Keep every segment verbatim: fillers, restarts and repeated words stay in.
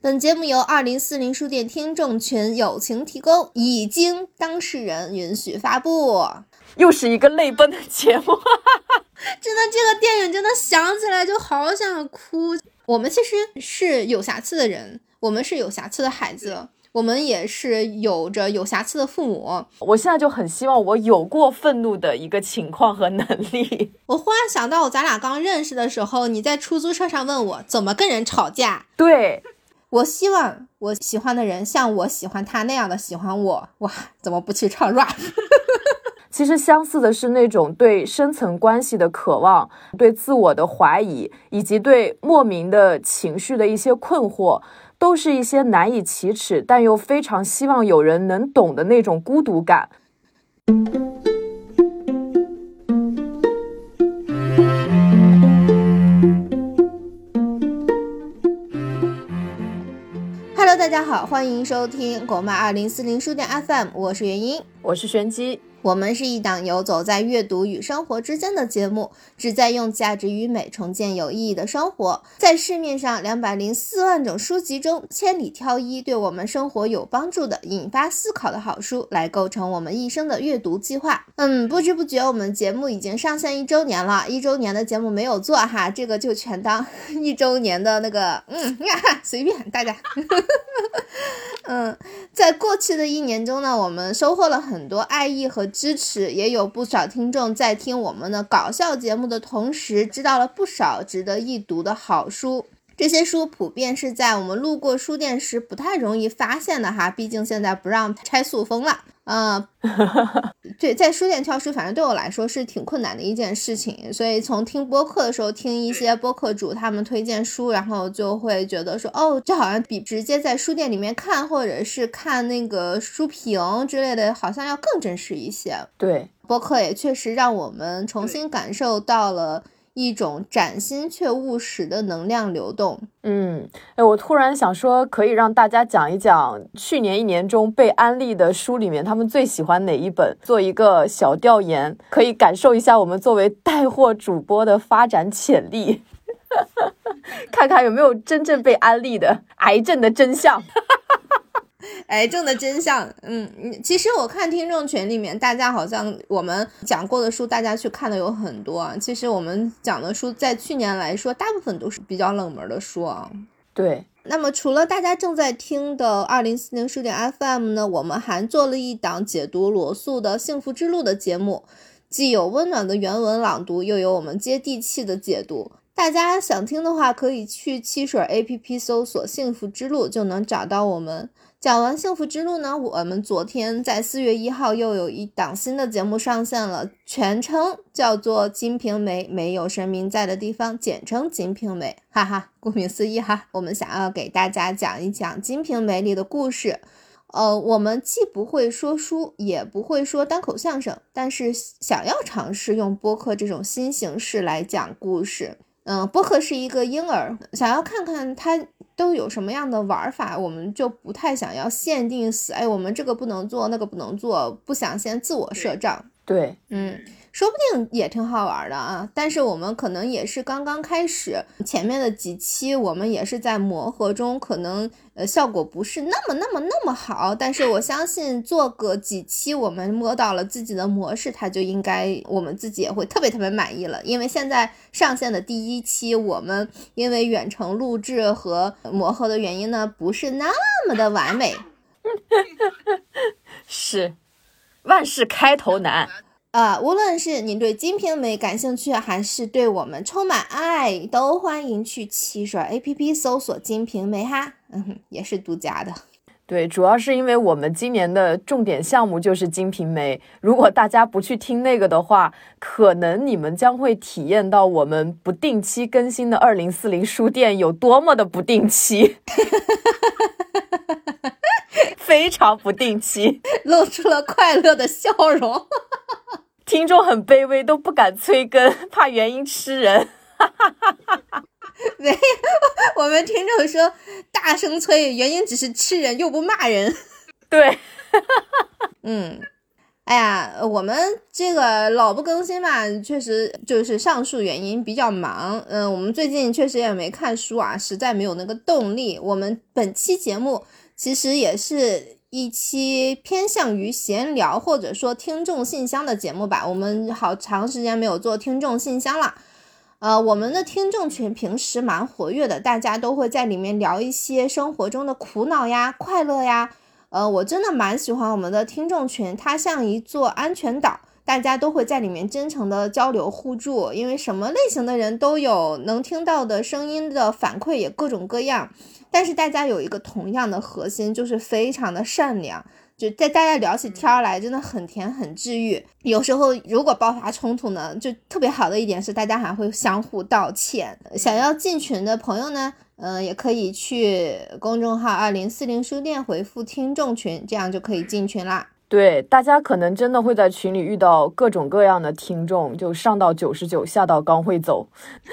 本节目由二零四零书店听众群友情提供，已经当事人允许发布。 又是一个泪奔的节目真的，这个电影真的想起来就好想哭。我们其实是有瑕疵的人，我们是有瑕疵的孩子，我们也是有着有瑕疵的父母。 我现在就很希望我有过愤怒的一个情况和能力。 我忽然想到，咱俩刚认识的时候，你在出租车上问我怎么跟人吵架。 对， 我希望我喜欢的人像我喜欢他那样的喜欢我。哇，怎么不去唱 rap？ 其实相似的是那种对深层关系的渴望，对自我的怀疑，以及对莫名的情绪的一些困惑，都是一些难以启齿但又非常希望有人能懂的那种孤独感。 Hello， 大家好，欢迎收听国漫二零四零书店 F M， 我是元英， 我是玄机。 我们是一档游走在阅读与生活之间的节目，旨在用价值与美重建有意义的生活。在市面上两百零四万种书籍中，千里挑一对我们生活有帮助的、引发思考的好书，来构成我们一生的阅读计划。嗯，不知不觉我们节目已经上线一周年了，一周年的节目没有做哈，这个就全当一周年的那个嗯呀，随便大家。嗯，在过去的一年中呢，我们收获了很多爱意和支持，也有不少听众在听我们的搞笑节目的同时，知道了不少值得一读的好书。这些书普遍是在我们路过书店时不太容易发现的哈，毕竟现在不让拆塑封了。呃，对，在书店挑书，反正对我来说是挺困难的一件事情，所以从听播客的时候，听一些播客主他们推荐书，然后就会觉得说，哦，这好像比直接在书店里面看，或者是看那个书评之类的，好像要更真实一些。 对， 播客也确实让我们重新感受到了一种崭新却务实的能量流动。 嗯，哎，我突然想说，可以让大家讲一讲去年一年中被安利的书里面，他们最喜欢哪一本，做一个小调研，可以感受一下我们作为带货主播的发展潜力，看看有没有真正被安利的癌症的真相。 癌症的真相。嗯，其实我看听众群里面，大家好像我们讲过的书，大家去看的有很多啊。其实我们讲的书，在去年来说，大部分都是比较冷门的书啊。 对。 那么除了大家正在听的二零四零书店 F M 呢，我们还做了一档解读罗素的幸福之路的节目，既有温暖的原文朗读，又有我们接地气的解读。大家想听的话，可以去汽水 A P P 搜索幸福之路，就能找到我们。讲完幸福之路呢，我们昨天在四月一号又有一档新的节目上线了，全称叫做金瓶梅，没有神明在的地方，简称金瓶梅，哈哈，顾名思义哈，我们想要给大家讲一讲金瓶梅里的故事。呃，我们既不会说书，也不会说单口相声，但是想要尝试用播客这种新形式来讲故事。嗯，播客是一个婴儿，想要看看它都有什么样的玩法，我们就不太想要限定死，哎，我们这个不能做，那个不能做，不想先自我设障。 对， 嗯，说不定也挺好玩的啊，但是我们可能也是刚刚开始，前面的几期我们也是在磨合中，可能呃效果不是那么那么那么好，但是我相信做个几期我们摸到了自己的模式，它就应该我们自己也会特别特别满意了。因为现在上线的第一期，我们因为远程录制和磨合的原因呢，不是那么的完美。 是万事开头难。 呃，无论是你对金瓶梅感兴趣，还是对我们充满爱，都欢迎去汽水 A P P 搜索金瓶梅哈，嗯，也是独家的。 对，主要是因为我们今年的重点项目就是金瓶梅，如果大家不去听那个的话，可能你们将会体验到我们不定期更新的二零四零书店有多么的不定期。非常不定期， 露出了快乐的笑容。 听众很卑微，都不敢催更，怕原因吃人。 没有，我们听众说大声催，原因只是吃人又不骂人。 对。 嗯， 哎呀，我们这个老不更新嘛，确实就是上述原因比较忙。嗯，我们最近确实也没看书啊，实在没有那个动力。我们本期节目其实也是一期偏向于闲聊或者说听众信箱的节目吧。我们好长时间没有做听众信箱了。呃，我们的听众群平时蛮活跃的，大家都会在里面聊一些生活中的苦恼呀、快乐呀。呃，我真的蛮喜欢我们的听众群，它像一座安全岛，大家都会在里面真诚的交流互助，因为什么类型的人都有，能听到的声音的反馈也各种各样，但是大家有一个同样的核心，就是非常的善良，就在大家聊起天来真的很甜很治愈。有时候如果爆发冲突呢，就特别好的一点是大家还会相互道歉。想要进群的朋友呢，嗯、呃，也可以去公众号二零四零书店回复听众群，这样就可以进群啦。 对，大家可能真的会在群里遇到各种各样的听众，就上到九十九，下到刚会走。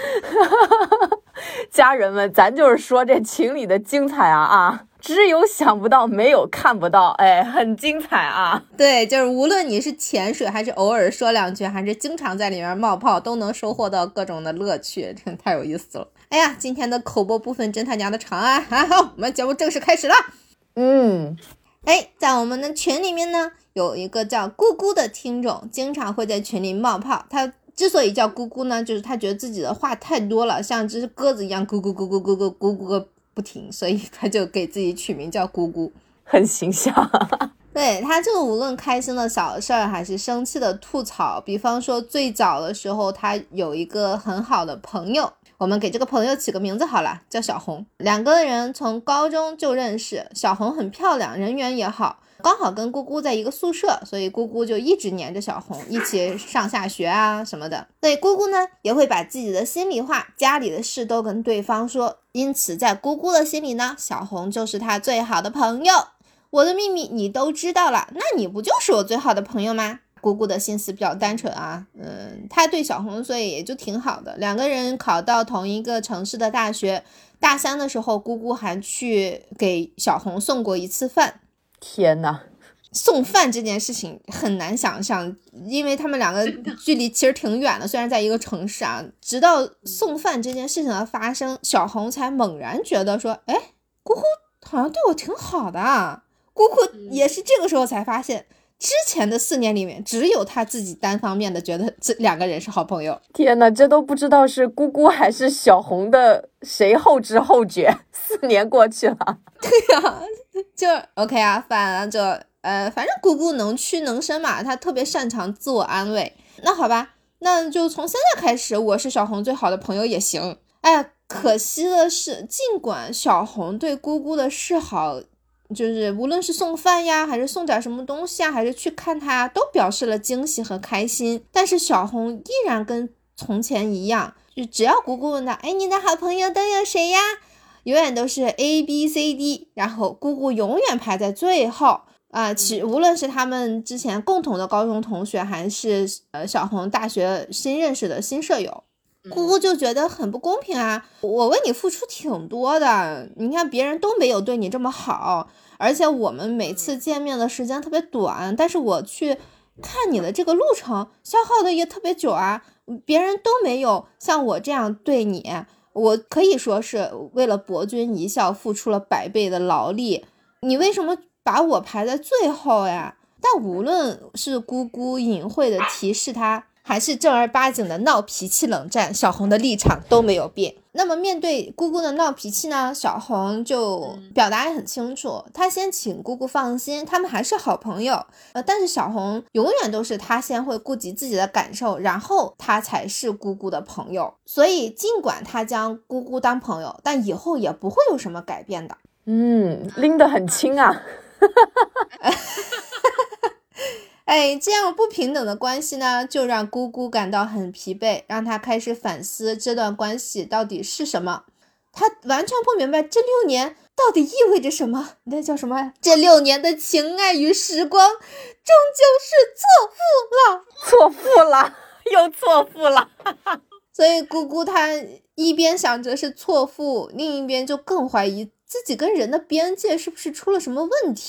家人们，咱就是说这群里的精彩啊啊！只有想不到，没有看不到，哎，很精彩啊！ 对，就是无论你是潜水，还是偶尔说两句，还是经常在里面冒泡，都能收获到各种的乐趣，真的太有意思了。哎呀，今天的口播部分真他娘的长啊！好，我们节目正式开始了。 嗯， 哎，在我们的群里面呢，有一个叫咕咕的听众，经常会在群里冒泡。他之所以叫咕咕呢，就是他觉得自己的话太多了，像只鸽子一样咕咕咕咕咕咕咕咕不停，所以他就给自己取名叫咕咕， 很形象。 对，他就无论开心的小事儿还是生气的吐槽，比方说最早的时候他有一个很好的朋友，我们给这个朋友起个名字好了，叫小红。两个人从高中就认识，小红很漂亮，人缘也好，刚好跟姑姑在一个宿舍，所以姑姑就一直黏着小红，一起上下学啊什么的。所以姑姑呢也会把自己的心里话、家里的事都跟对方说，因此在姑姑的心里呢，小红就是她最好的朋友。我的秘密你都知道了，那你不就是我最好的朋友吗？姑姑的心思比较单纯啊，嗯，她对小红所以也就挺好的。两个人考到同一个城市的大学，大三的时候，姑姑还去给小红送过一次饭。 天哪！ 送饭这件事情很难想象，因为他们两个距离其实挺远的，虽然在一个城市啊。直到送饭这件事情的发生，小红才猛然觉得说，哎，姑姑好像对我挺好的啊。姑姑也是这个时候才发现，之前的四年里面，只有她自己单方面的觉得这两个人是好朋友。 天哪，这都不知道是姑姑还是小红的谁后知后觉。四年过去了， 对呀、啊，就 OK 啊，反正就呃，反正姑姑能屈能伸嘛，她特别擅长自我安慰。那好吧，那就从现在开始，我是小红最好的朋友也行。哎，可惜的是，尽管小红对姑姑的示好，就是无论是送饭呀，还是送点什么东西啊，还是去看她，都表示了惊喜和开心。但是小红依然跟从前一样，就只要姑姑问她，哎，你的好朋友都有谁呀？永远都是 A B C D， 然后姑姑永远排在最后啊。其无论是他们之前共同的高中同学，还是呃小红大学新认识的新舍友，姑姑就觉得很不公平啊！我为你付出挺多的，你看别人都没有对你这么好，而且我们每次见面的时间特别短，但是我去看你的这个路程消耗的也特别久啊，别人都没有像我这样对你，我可以说是为了博君一笑付出了百倍的劳力，你为什么把我排在最后呀？但无论是姑姑隐晦的提示他，还是正儿八经的闹脾气冷战，小红的立场都没有变。那么面对姑姑的闹脾气呢，小红就表达也很清楚，她先请姑姑放心，他们还是好朋友。呃，但是小红永远都是她先会顾及自己的感受，然后她才是姑姑的朋友。所以尽管她将姑姑当朋友，但以后也不会有什么改变的。 嗯，拎得很轻啊。 哎，这样不平等的关系呢，就让姑姑感到很疲惫，让她开始反思这段关系到底是什么。她完全不明白这六年到底意味着什么，那叫什么？这六年的情爱与时光，终究是错付了， 错付了，又错付了。 所以姑姑她一边想着是错付，另一边就更怀疑自己跟人的边界是不是出了什么问题。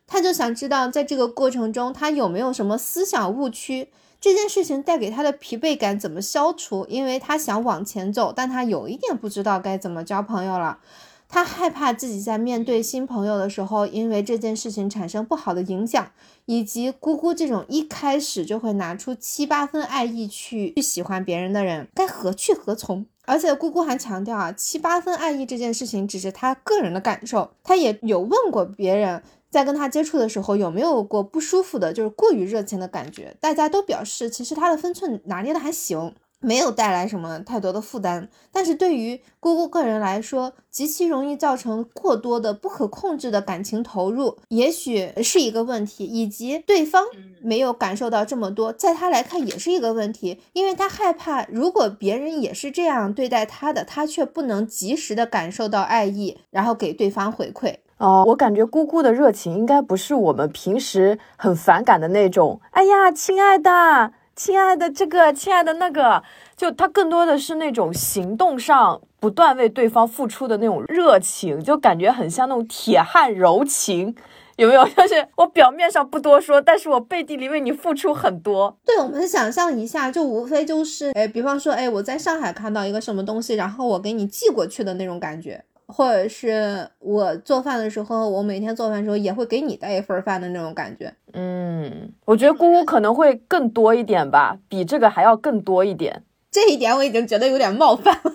他就想知道在这个过程中他有没有什么思想误区，这件事情带给他的疲惫感怎么消除，因为他想往前走，但他有一点不知道该怎么交朋友了。他害怕自己在面对新朋友的时候因为这件事情产生不好的影响，以及姑姑这种一开始就会拿出七八分爱意去去喜欢别人的人该何去何从。而且姑姑还强调啊，七八分爱意这件事情只是他个人的感受，他也有问过别人在跟他接触的时候有没有过不舒服的，就是过于热情的感觉，大家都表示其实他的分寸拿捏的还行，没有带来什么太多的负担。但是对于姑姑个人来说，极其容易造成过多的不可控制的感情投入，也许是一个问题，以及对方没有感受到这么多，在他来看也是一个问题，因为他害怕如果别人也是这样对待他的，他却不能及时的感受到爱意，然后给对方回馈。 哦，我感觉姑姑的热情应该不是我们平时很反感的那种，哎呀亲爱的亲爱的这个亲爱的那个，就他更多的是那种行动上不断为对方付出的那种热情，就感觉很像那种铁汉柔情，有没有？就是我表面上不多说，但是我背地里为你付出很多。 对，我们想象一下，就无非就是哎，比方说哎，我在上海看到一个什么东西，然后我给你寄过去的那种感觉，或者是我做饭的时候，我每天做饭的时候也会给你带一份饭的那种感觉。 嗯，我觉得姑姑可能会更多一点吧，比这个还要更多一点。 这一点我已经觉得有点冒犯了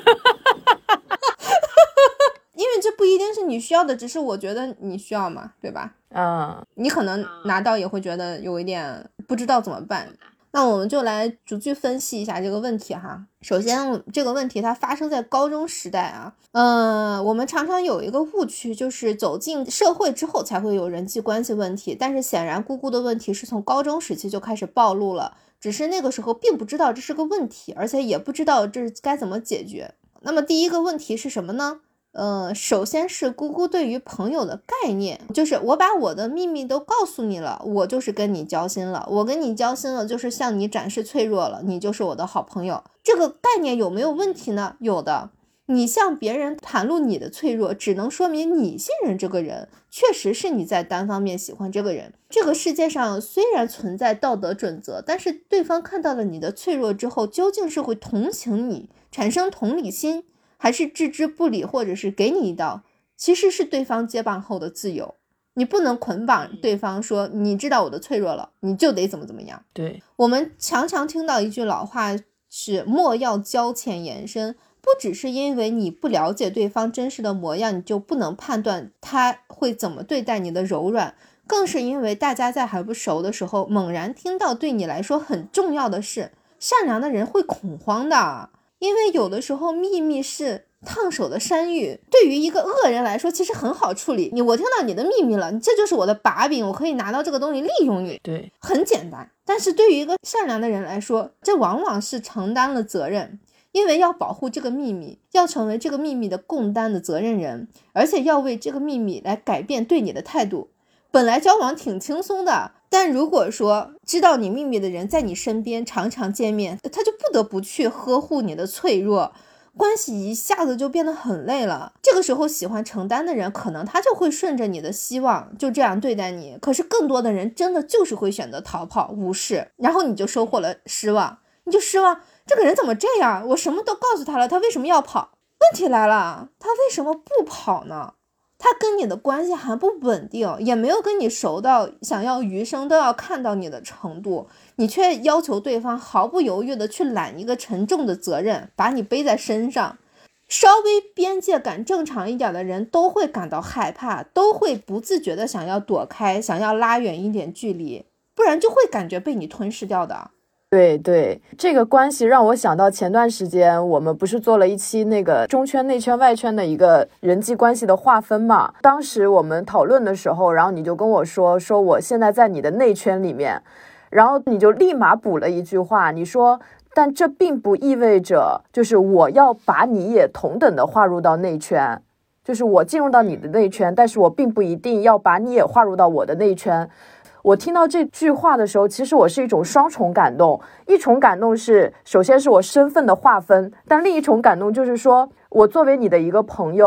因为这不一定是你需要的，只是我觉得你需要嘛，对吧？ 嗯， 你可能拿到也会觉得有一点不知道怎么办。那我们就来逐句分析一下这个问题哈。首先这个问题它发生在高中时代啊，呃，我们常常有一个误区，就是走进社会之后才会有人际关系问题，但是显然姑姑的问题是从高中时期就开始暴露了，只是那个时候并不知道这是个问题，而且也不知道这该怎么解决。那么第一个问题是什么呢？呃，首先是姑姑对于朋友的概念，就是我把我的秘密都告诉你了，我就是跟你交心了，我跟你交心了就是向你展示脆弱了，你就是我的好朋友。这个概念有没有问题呢？有的。你向别人袒露你的脆弱，只能说明你信任这个人，确实是你在单方面喜欢这个人。这个世界上虽然存在道德准则，但是对方看到了你的脆弱之后，究竟是会同情你，产生同理心，还是置之不理，或者是给你一刀，其实是对方接棒后的自由。你不能捆绑对方说你知道我的脆弱了，你就得怎么怎么样。 对， 我们常常听到一句老话是莫要交浅言深，不只是因为你不了解对方真实的模样，你就不能判断他会怎么对待你的柔软，更是因为大家在还不熟的时候，猛然听到对你来说很重要的事，善良的人会恐慌的。因为有的时候秘密是烫手的山芋，对于一个恶人来说其实很好处理。你我听到你的秘密了，这就是我的把柄，我可以拿到这个东西利用你， 对， 很简单。但是对于一个善良的人来说，这往往是承担了责任，因为要保护这个秘密，要成为这个秘密的共担的责任人，而且要为这个秘密来改变对你的态度。本来交往挺轻松的，但如果说知道你秘密的人在你身边常常见面，他就不得不去呵护你的脆弱，关系一下子就变得很累了。这个时候喜欢承担的人，可能他就会顺着你的希望就这样对待你，可是更多的人真的就是会选择逃跑无视，然后你就收获了失望，你就失望这个人怎么这样，我什么都告诉他了，他为什么要跑？问题来了，他为什么不跑呢？他跟你的关系还不稳定，也没有跟你熟到想要余生都要看到你的程度，你却要求对方毫不犹豫的去揽一个沉重的责任，把你背在身上。稍微边界感正常一点的人都会感到害怕，都会不自觉的想要躲开，想要拉远一点距离，不然就会感觉被你吞噬掉的。 对对，这个关系让我想到前段时间我们不是做了一期那个中圈内圈外圈的一个人际关系的划分嘛，当时我们讨论的时候，然后你就跟我说说我现在在你的内圈里面，然后你就立马补了一句话，你说但这并不意味着就是我要把你也同等的划入到内圈，就是我进入到你的内圈，但是我并不一定要把你也划入到我的内圈。我听到这句话的时候，其实我是一种双重感动。一重感动是，首先是我身份的划分，但另一重感动就是说，我作为你的一个朋友，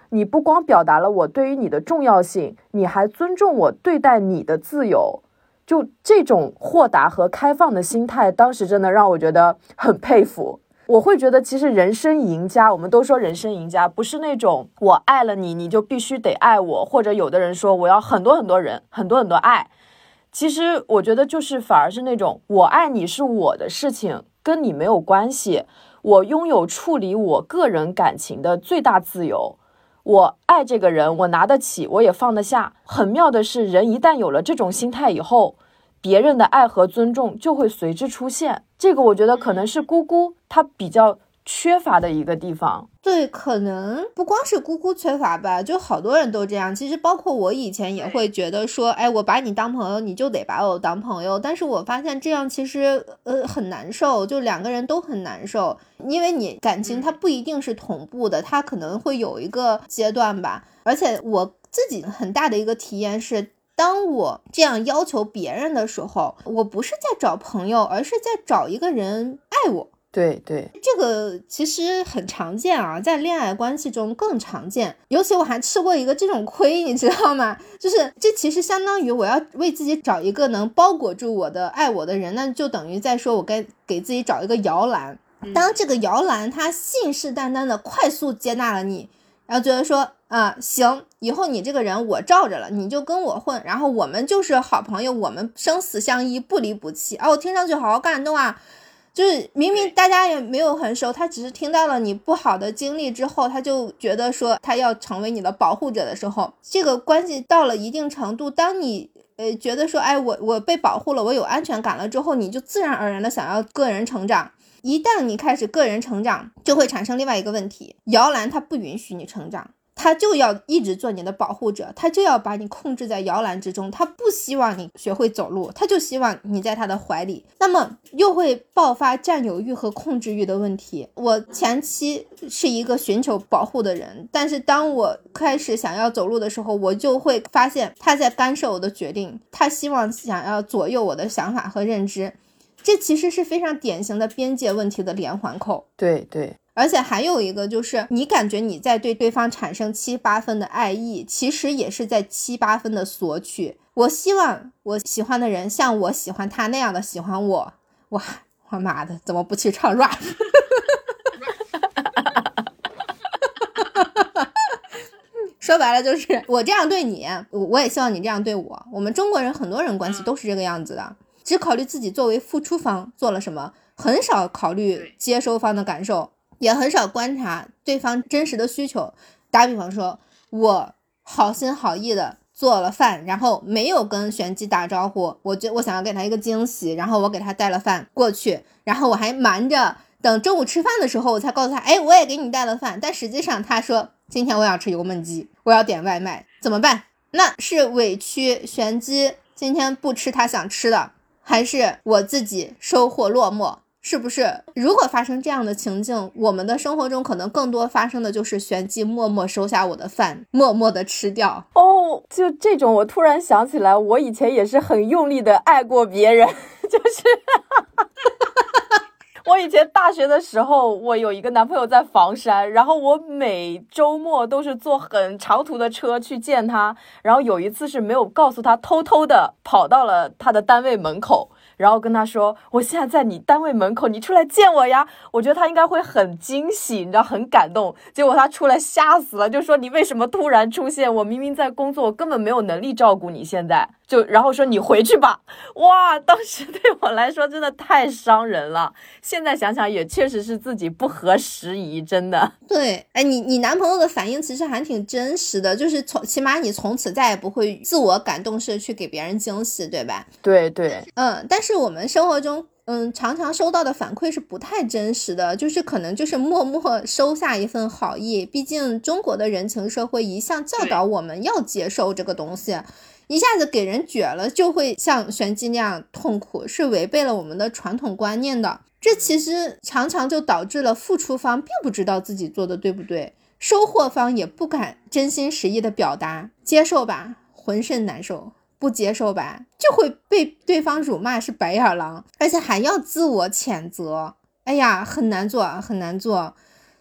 你不光表达了我对于你的重要性，你还尊重我对待你的自由。就这种豁达和开放的心态，当时真的让我觉得很佩服。我会觉得其实人生赢家，我们都说人生赢家不是那种我爱了你你就必须得爱我，或者有的人说我要很多很多人很多很多爱。其实我觉得就是反而是那种我爱你是我的事情，跟你没有关系，我拥有处理我个人感情的最大自由，我爱这个人，我拿得起，我也放得下。很妙的是，人一旦有了这种心态以后，别人的爱和尊重就会随之出现。这个我觉得可能是姑姑她比较缺乏的一个地方。 对，可能不光是姑姑缺乏吧，就好多人都这样。其实包括我以前也会觉得说，哎，我把你当朋友，你就得把我当朋友。但是我发现这样其实呃很难受，就两个人都很难受，因为你感情它不一定是同步的，它可能会有一个阶段吧。而且我自己很大的一个体验是，当我这样要求别人的时候，我不是在找朋友，而是在找一个人爱我。 对对， 这个其实很常见啊，在恋爱关系中更常见。尤其我还吃过一个这种亏，你知道吗？就是这其实相当于我要为自己找一个能包裹住我的爱我的人，那就等于在说我该给自己找一个摇篮。当这个摇篮它信誓旦旦的快速接纳了你，然后觉得说啊，行，以后你这个人我罩着了，你就跟我混，然后我们就是好朋友，我们生死相依，不离不弃。哦，听上去好感动啊。就是明明大家也没有很熟，他只是听到了你不好的经历之后，他就觉得说他要成为你的保护者的时候，这个关系到了一定程度，当你呃觉得说，哎，我我被保护了，我有安全感了之后，你就自然而然的想要个人成长。一旦你开始个人成长，就会产生另外一个问题，摇篮它不允许你成长，他就要一直做你的保护者，他就要把你控制在摇篮之中，他不希望你学会走路，他就希望你在他的怀里，那么又会爆发占有欲和控制欲的问题。我前期是一个寻求保护的人，但是当我开始想要走路的时候，我就会发现他在干涉我的决定，他希望想要左右我的想法和认知，这其实是非常典型的边界问题的连环扣。 对对， 而且还有一个就是你感觉你在对对方产生七八分的爱意，其实也是在七八分的索取。我希望我喜欢的人像我喜欢他那样的喜欢我。哇，我妈的，怎么不去唱 rap？ 说白了就是我这样对你，我也希望你这样对我。我们中国人很多人关系都是这个样子的，只考虑自己作为付出方做了什么，很少考虑接收方的感受，也很少观察对方真实的需求。打比方说，我好心好意的做了饭，然后没有跟玄机打招呼，我就我想要给他一个惊喜，然后我给他带了饭过去，然后我还瞒着等中午吃饭的时候我才告诉他，哎，我也给你带了饭，但实际上他说今天我想吃油焖鸡，我要点外卖，怎么办？那是委屈玄机今天不吃他想吃的，还是我自己收获落寞？是不是？如果发生这样的情境，我们的生活中可能更多发生的就是玄机默默收下我的饭，默默的吃掉。 哦，就这种，我突然想起来，我以前也是很用力的爱过别人，就是我以前大学的时候，我有一个男朋友在房山，然后我每周末都是坐很长途的车去见他，然后有一次是没有告诉他，偷偷的跑到了他的单位门口，然后跟他说，我现在在你单位门口，你出来见我呀。我觉得他应该会很惊喜，你知道，很感动。结果他出来吓死了，就说你为什么突然出现，我明明在工作，我根本没有能力照顾你，现在就然后说你回去吧。哇，当时对我来说真的太伤人了，现在想想也确实是自己不合时宜，真的。 对，哎，你你男朋友的反应其实还挺真实的，就是从起码你从此再也不会自我感动式去给别人惊喜，对吧？ 对对， 嗯，但是我们生活中嗯，常常收到的反馈是不太真实的，就是可能就是默默收下一份好意，毕竟中国的人情社会一向教导我们要接受这个东西，一下子给人撅了就会像玄机那样痛苦，是违背了我们的传统观念的。这其实常常就导致了付出方并不知道自己做的对不对，收获方也不敢真心实意的表达，接受吧浑身难受，不接受吧就会被对方辱骂是白眼狼，而且还要自我谴责。哎呀，很难做很难做。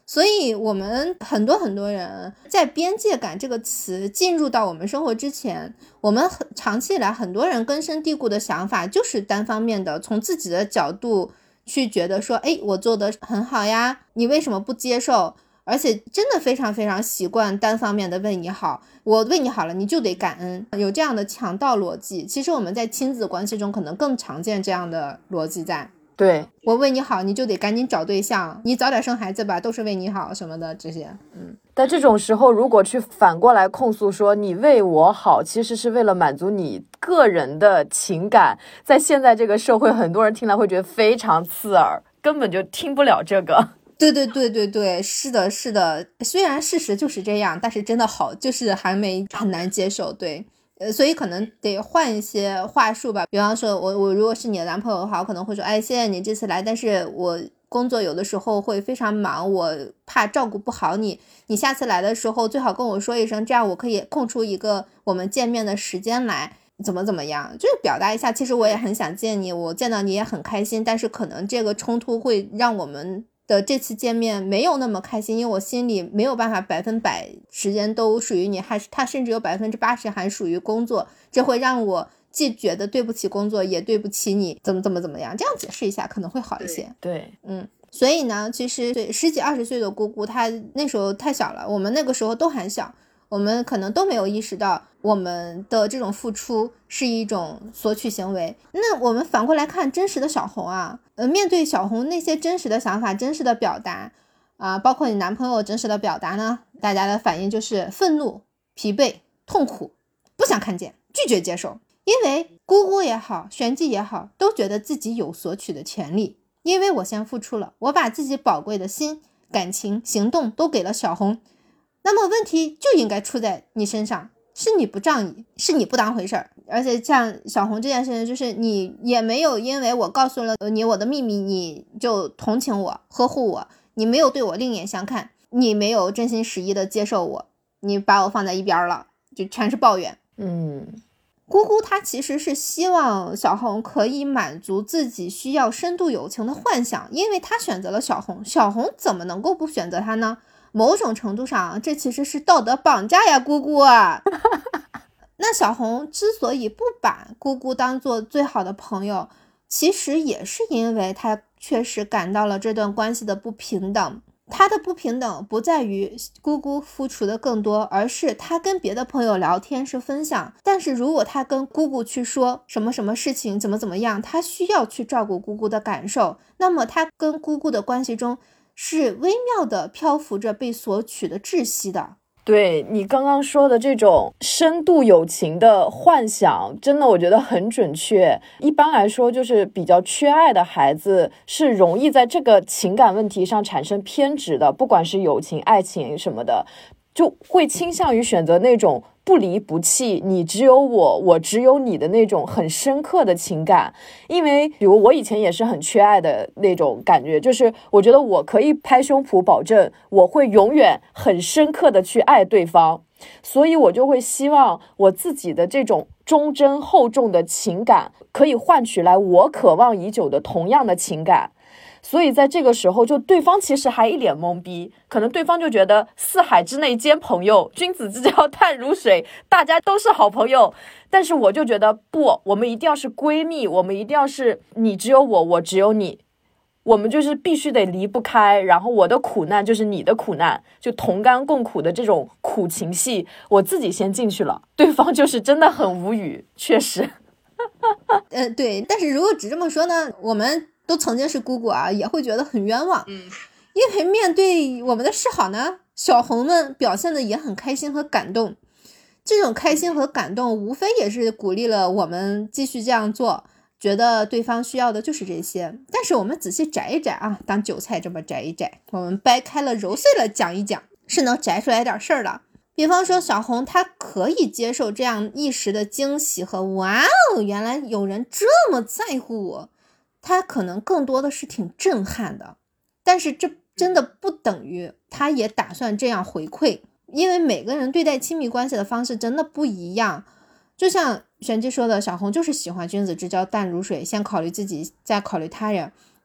所以我们很多很多人在边界感这个词进入到我们生活之前，我们很长期以来很多人根深蒂固的想法就是单方面的从自己的角度去觉得说，哎，我做的很好呀，你为什么不接受？而且真的非常非常习惯单方面的为你好，我为你好了你就得感恩，有这样的强盗逻辑。其实我们在亲子关系中可能更常见这样的逻辑在， 对， 我为你好你就得赶紧找对象，你早点生孩子吧，都是为你好什么的这些。嗯， 但这种时候如果去反过来控诉说你为我好其实是为了满足你个人的情感，在现在这个社会很多人听来会觉得非常刺耳，根本就听不了这个。 对对对对对，是的是的，虽然事实就是这样，但是真的好就是还没很难接受。对，呃，所以可能得换一些话术吧。比方说我我如果是你的男朋友的话，我可能会说，哎，谢谢你这次来，但是我工作有的时候会非常忙，我怕照顾不好你，你下次来的时候最好跟我说一声，这样我可以空出一个我们见面的时间来，怎么怎么样，就是表达一下，其实我也很想见你，我见到你也很开心，但是可能这个冲突会让我们的这次见面没有那么开心，因为我心里没有办法百分百时间都属于你，还是他甚至有百分之八十还属于工作，这会让我既觉得对不起工作，也对不起你，怎么怎么怎么样，这样解释一下可能会好一些。 对， 嗯，所以呢，其实对十几二十岁的姑姑，她那时候太小了，我们那个时候都还小，我们可能都没有意识到我们的这种付出是一种索取行为。那我们反过来看真实的小红啊，呃，面对小红那些真实的想法、真实的表达啊，包括你男朋友真实的表达呢，大家的反应就是愤怒、疲惫、痛苦，不想看见，拒绝接受。因为姑姑也好，玄纪也好，都觉得自己有索取的权利，因为我先付出了，我把自己宝贵的心、感情、行动都给了小红，那么问题就应该出在你身上，是你不仗义，是你不当回事儿。而且像小红这件事情，就是你也没有因为我告诉了你我的秘密，你就同情我、呵护我，你没有对我另眼相看，你没有真心实意的接受我，你把我放在一边了，就全是抱怨。 嗯， 姑姑她其实是希望小红可以满足自己需要深度友情的幻想，因为她选择了小红，小红怎么能够不选择她呢？某种程度上，这其实是道德绑架呀，姑姑啊。那小红之所以不把姑姑当做最好的朋友，其实也是因为她确实感到了这段关系的不平等。他的不平等不在于姑姑付出的更多，而是他跟别的朋友聊天是分享，但是如果他跟姑姑去说什么什么事情怎么怎么样，他需要去照顾姑姑的感受，那么他跟姑姑的关系中是微妙的漂浮着被索取的窒息的。 对，你刚刚说的这种深度友情的幻想，真的我觉得很准确。一般来说，就是比较缺爱的孩子是容易在这个情感问题上产生偏执的，不管是友情、爱情什么的，就会倾向于选择那种不离不弃，你只有我，我只有你的那种很深刻的情感。因为比如我以前也是很缺爱的那种感觉，就是我觉得我可以拍胸脯保证我会永远很深刻的去爱对方，所以我就会希望我自己的这种忠贞厚重的情感可以换取来我渴望已久的同样的情感。所以在这个时候，就对方其实还一脸懵逼，可能对方就觉得四海之内皆朋友，君子之交淡如水，大家都是好朋友。但是我就觉得不，我们一定要是闺蜜，我们一定要是你只有我，我只有你，我们就是必须得离不开，然后我的苦难就是你的苦难，就同甘共苦的这种苦情戏，我自己先进去了，对方就是真的很无语，确实。 呃，对，但是如果只这么说呢，我们都曾经是姑姑啊，也会觉得很冤枉。嗯，因为面对我们的示好呢，小红们表现的也很开心和感动。这种开心和感动，无非也是鼓励了我们继续这样做，觉得对方需要的就是这些。但是我们仔细摘一摘啊，当韭菜这么摘一摘，我们掰开了揉碎了讲一讲，是能摘出来点事儿的。比方说小红她可以接受这样一时的惊喜和哇哦，原来有人这么在乎我，她可能更多的是挺震撼的，但是这真的不等于她也打算这样回馈，因为每个人对待亲密关系的方式真的不一样。就像玄机说的，小红就是喜欢君子之交淡如水，先考虑自己再考虑他人。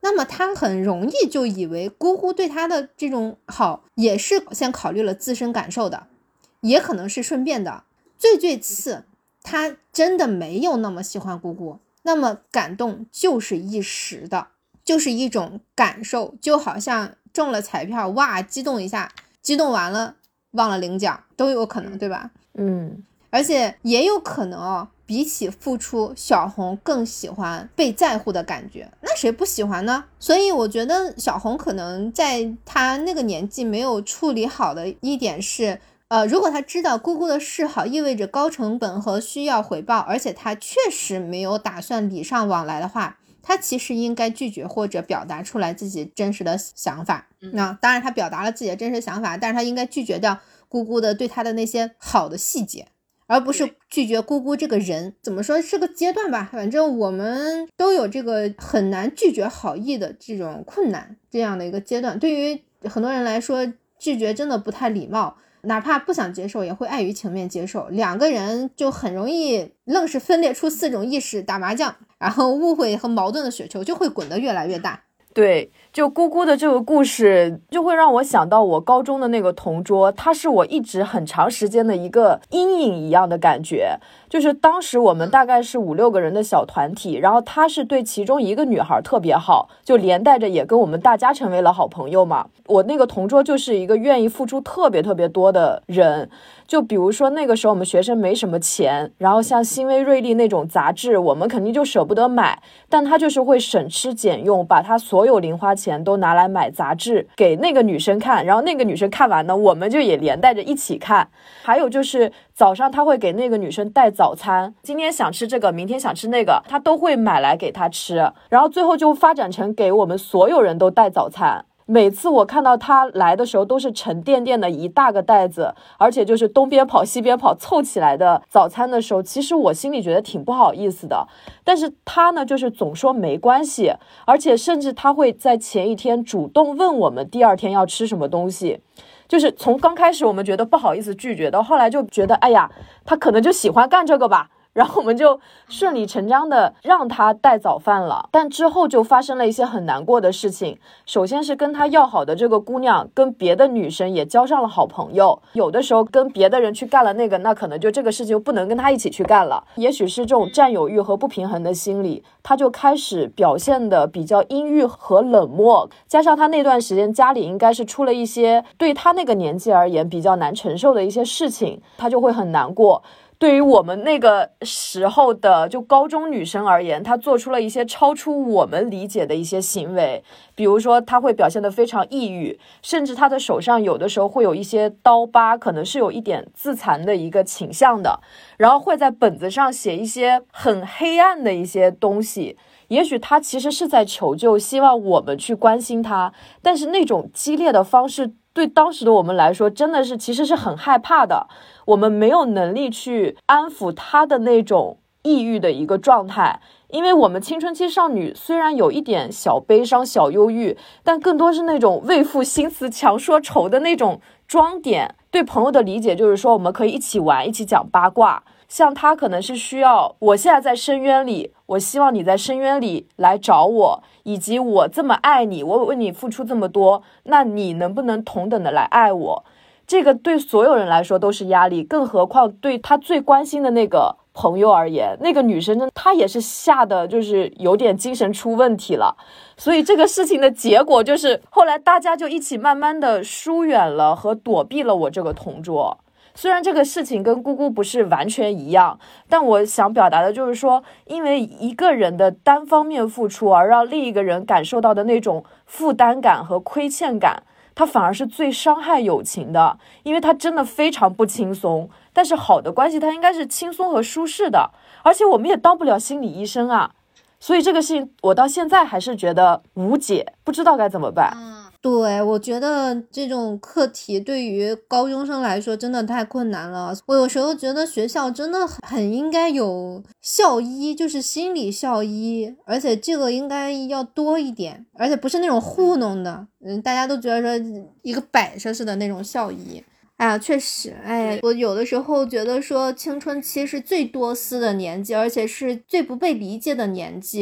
那么他很容易就以为姑姑对他的这种好也是先考虑了自身感受的，也可能是顺便的。最最次，他真的没有那么喜欢姑姑，那么感动就是一时的，就是一种感受，就好像中了彩票，哇，激动一下，激动完了忘了领奖都有可能，对吧？ 嗯， 而且也有可能哦，比起付出，小红更喜欢被在乎的感觉，那谁不喜欢呢？所以我觉得小红可能在她那个年纪没有处理好的一点是，呃，如果她知道姑姑的示好意味着高成本和需要回报，而且她确实没有打算礼尚往来的话，她其实应该拒绝或者表达出来自己真实的想法。那当然她表达了自己的真实想法，但是她应该拒绝掉姑姑的对她的那些好的细节，而不是拒绝姑姑这个人。怎么说，是个阶段吧，反正我们都有这个很难拒绝好意的这种困难，这样的一个阶段。对于很多人来说，拒绝真的不太礼貌，哪怕不想接受也会碍于情面接受，两个人就很容易愣是分裂出四种意识打麻将，然后误会和矛盾的雪球就会滚得越来越大。 对，就姑姑的这个故事就会让我想到我高中的那个同桌，它是我一直很长时间的一个阴影一样的感觉。就是当时我们大概是五六个人的小团体，然后他是对其中一个女孩特别好，就连带着也跟我们大家成为了好朋友嘛。我那个同桌就是一个愿意付出特别特别多的人，就比如说那个时候我们学生没什么钱，然后像新微瑞丽那种杂志我们肯定就舍不得买，但他就是会省吃俭用，把他所有零花钱都拿来买杂志给那个女生看，然后那个女生看完呢，我们就也连带着一起看。还有就是早上他会给那个女生带早餐，今天想吃这个，明天想吃那个，他都会买来给她吃，然后最后就发展成给我们所有人都带早餐。每次我看到他来的时候都是沉甸甸的一大个袋子，而且就是东边跑西边跑凑起来的早餐的时候，其实我心里觉得挺不好意思的，但是他呢就是总说没关系，而且甚至他会在前一天主动问我们第二天要吃什么东西。就是从刚开始我们觉得不好意思拒绝，到后来就觉得哎呀他可能就喜欢干这个吧，然后我们就顺理成章的让他带早饭了。但之后就发生了一些很难过的事情，首先是跟他要好的这个姑娘跟别的女生也交上了好朋友，有的时候跟别的人去干了那个，那可能就这个事情就不能跟他一起去干了。也许是这种占有欲和不平衡的心理，他就开始表现的比较阴郁和冷漠，加上他那段时间家里应该是出了一些对他那个年纪而言比较难承受的一些事情，他就会很难过。对于我们那个时候的就高中女生而言，她做出了一些超出我们理解的一些行为，比如说她会表现得非常抑郁，甚至她的手上有的时候会有一些刀疤，可能是有一点自残的一个倾向的，然后会在本子上写一些很黑暗的一些东西。也许他其实是在求救，希望我们去关心他，但是那种激烈的方式对当时的我们来说真的是其实是很害怕的，我们没有能力去安抚他的那种抑郁的一个状态。因为我们青春期少女虽然有一点小悲伤小忧郁，但更多是那种为赋新词强说愁的那种装点。对朋友的理解就是说我们可以一起玩，一起讲八卦，像他可能是需要我现在在深渊里，我希望你在深渊里来找我，以及我这么爱你，我为你付出这么多，那你能不能同等的来爱我。这个对所有人来说都是压力，更何况对他最关心的那个朋友而言，那个女生她也是吓得就是有点精神出问题了。所以这个事情的结果就是后来大家就一起慢慢的疏远了和躲避了我这个同桌。虽然这个事情跟姑姑不是完全一样，但我想表达的就是说，因为一个人的单方面付出而让另一个人感受到的那种负担感和亏欠感，它反而是最伤害友情的，因为它真的非常不轻松。但是好的关系它应该是轻松和舒适的，而且我们也当不了心理医生啊，所以这个事情我到现在还是觉得无解，不知道该怎么办。 嗯，对，我觉得这种课题对于高中生来说真的太困难了。我有时候觉得学校真的很应该有校医，就是心理校医，而且这个应该要多一点，而且不是那种糊弄的，嗯，大家都觉得说一个摆设似的那种校医。哎呀，确实，哎，我有的时候觉得说青春期是最多思的年纪，而且是最不被理解的年纪。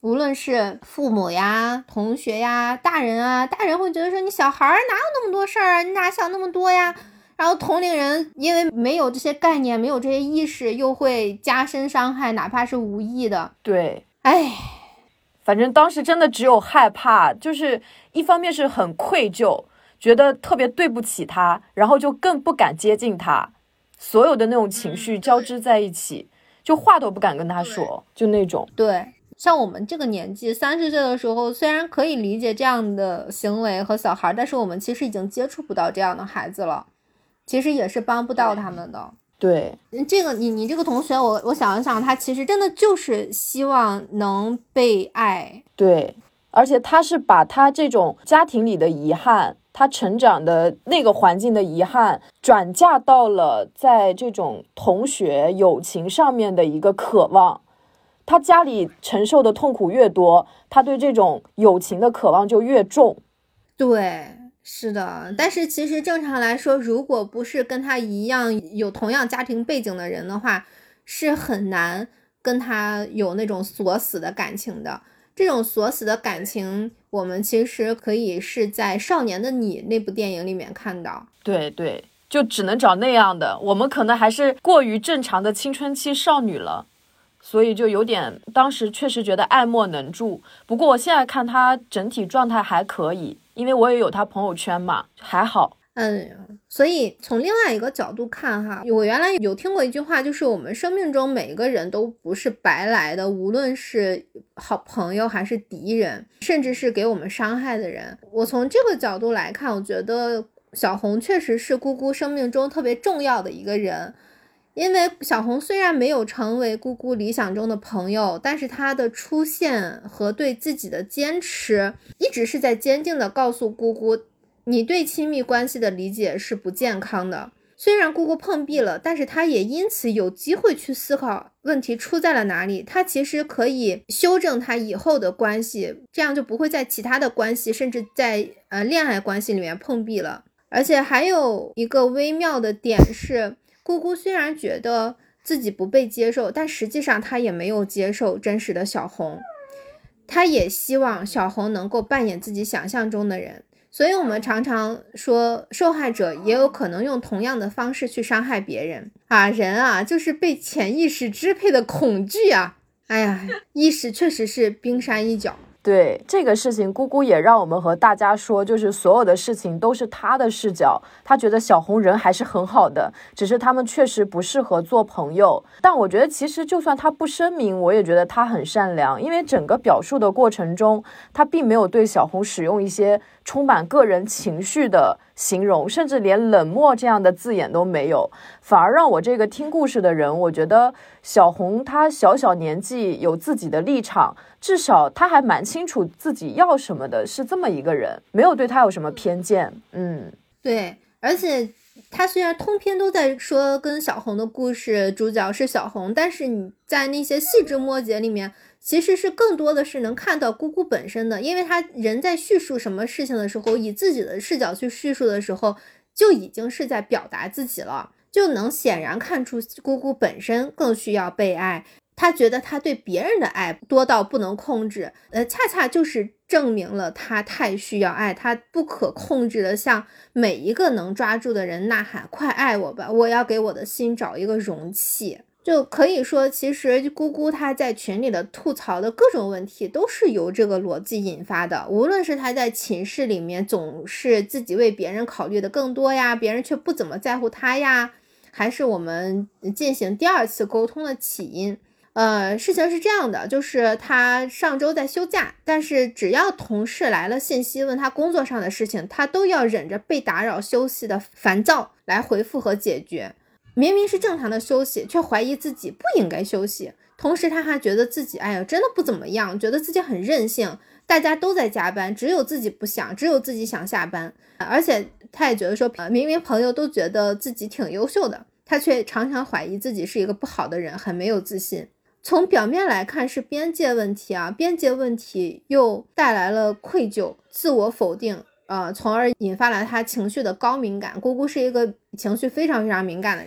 无论是父母呀、同学呀、大人啊，大人会觉得说你小孩哪有那么多事儿啊，你哪想那么多呀？然后同龄人因为没有这些概念，没有这些意识，又会加深伤害，哪怕是无意的。 对， 哎， 反正当时真的只有害怕，就是一方面是很愧疚，觉得特别对不起他，然后就更不敢接近他，所有的那种情绪交织在一起，就话都不敢跟他说，就那种。 对，像我们这个年纪三十岁的时候，虽然可以理解这样的行为和小孩，但是我们其实已经接触不到这样的孩子了，其实也是帮不到他们的。 对， 这个你你这个同学，我我想一想，他其实真的就是希望能被爱。 对，而且他是把他这种家庭里的遗憾，他成长的那个环境的遗憾，转嫁到了在这种同学友情上面的一个渴望。他家里承受的痛苦越多，他对这种友情的渴望就越重。 对，是的，但是其实正常来说，如果不是跟他一样有同样家庭背景的人的话，是很难跟他有那种锁死的感情的。这种锁死的感情，我们其实可以是在《少年的你》那部电影里面看到。 对对，就只能找那样的，我们可能还是过于正常的青春期少女了，所以就有点，当时确实觉得爱莫能助。不过我现在看他整体状态还可以，因为我也有他朋友圈嘛，还好。 嗯，所以从另外一个角度看哈，我原来有听过一句话，就是我们生命中每一个人都不是白来的，无论是好朋友还是敌人，甚至是给我们伤害的人。我从这个角度来看，我觉得小红确实是姑姑生命中特别重要的一个人。因为小红虽然没有成为姑姑理想中的朋友，但是她的出现和对自己的坚持，一直是在坚定地告诉姑姑，你对亲密关系的理解是不健康的。虽然姑姑碰壁了，但是她也因此有机会去思考问题出在了哪里，她其实可以修正她以后的关系，这样就不会在其他的关系，甚至在呃恋爱关系里面碰壁了。而且还有一个微妙的点是，姑姑虽然觉得自己不被接受，但实际上她也没有接受真实的小红，她也希望小红能够扮演自己想象中的人。所以我们常常说，受害者也有可能用同样的方式去伤害别人啊，人啊就是被潜意识支配的恐惧啊，哎呀，意识确实是冰山一角。 对这个事情，姑姑也让我们和大家说，就是所有的事情都是她的视角，她觉得小红人还是很好的，只是他们确实不适合做朋友。但我觉得其实就算她不声明，我也觉得她很善良，因为整个表述的过程中，她并没有对小红使用一些充满个人情绪的形容，甚至连冷漠这样的字眼都没有，反而让我这个听故事的人，我觉得小红她小小年纪有自己的立场，至少她还蛮清楚自己要什么的，是这么一个人，没有对她有什么偏见。嗯， 对，而且他虽然通篇都在说跟小红的故事主角是小红，但是你在那些细枝末节里面，其实是更多的是能看到姑姑本身的，因为他人在叙述什么事情的时候，以自己的视角去叙述的时候，就已经是在表达自己了，就能显然看出姑姑本身更需要被爱。他觉得他对别人的爱多到不能控制，呃，恰恰就是证明了他太需要爱，他不可控制的向每一个能抓住的人呐喊，快爱我吧，我要给我的心找一个容器。就可以说，其实姑姑她在群里的吐槽的各种问题都是由这个逻辑引发的，无论是她在寝室里面总是自己为别人考虑的更多呀，别人却不怎么在乎她呀，还是我们进行第二次沟通的起因。呃，事情是这样的，就是他上周在休假，但是只要同事来了信息问他工作上的事情，他都要忍着被打扰休息的烦躁来回复和解决。明明是正常的休息，却怀疑自己不应该休息。同时他还觉得自己哎呀真的不怎么样，觉得自己很任性，大家都在加班，只有自己不想，只有自己想下班。而且他也觉得说，明明朋友都觉得自己挺优秀的，他却常常怀疑自己是一个不好的人，很没有自信。从表面来看是边界问题啊，边界问题又带来了愧疚、自我否定，呃，从而引发了他情绪的高敏感。姑姑是一个情绪非常非常敏感的人，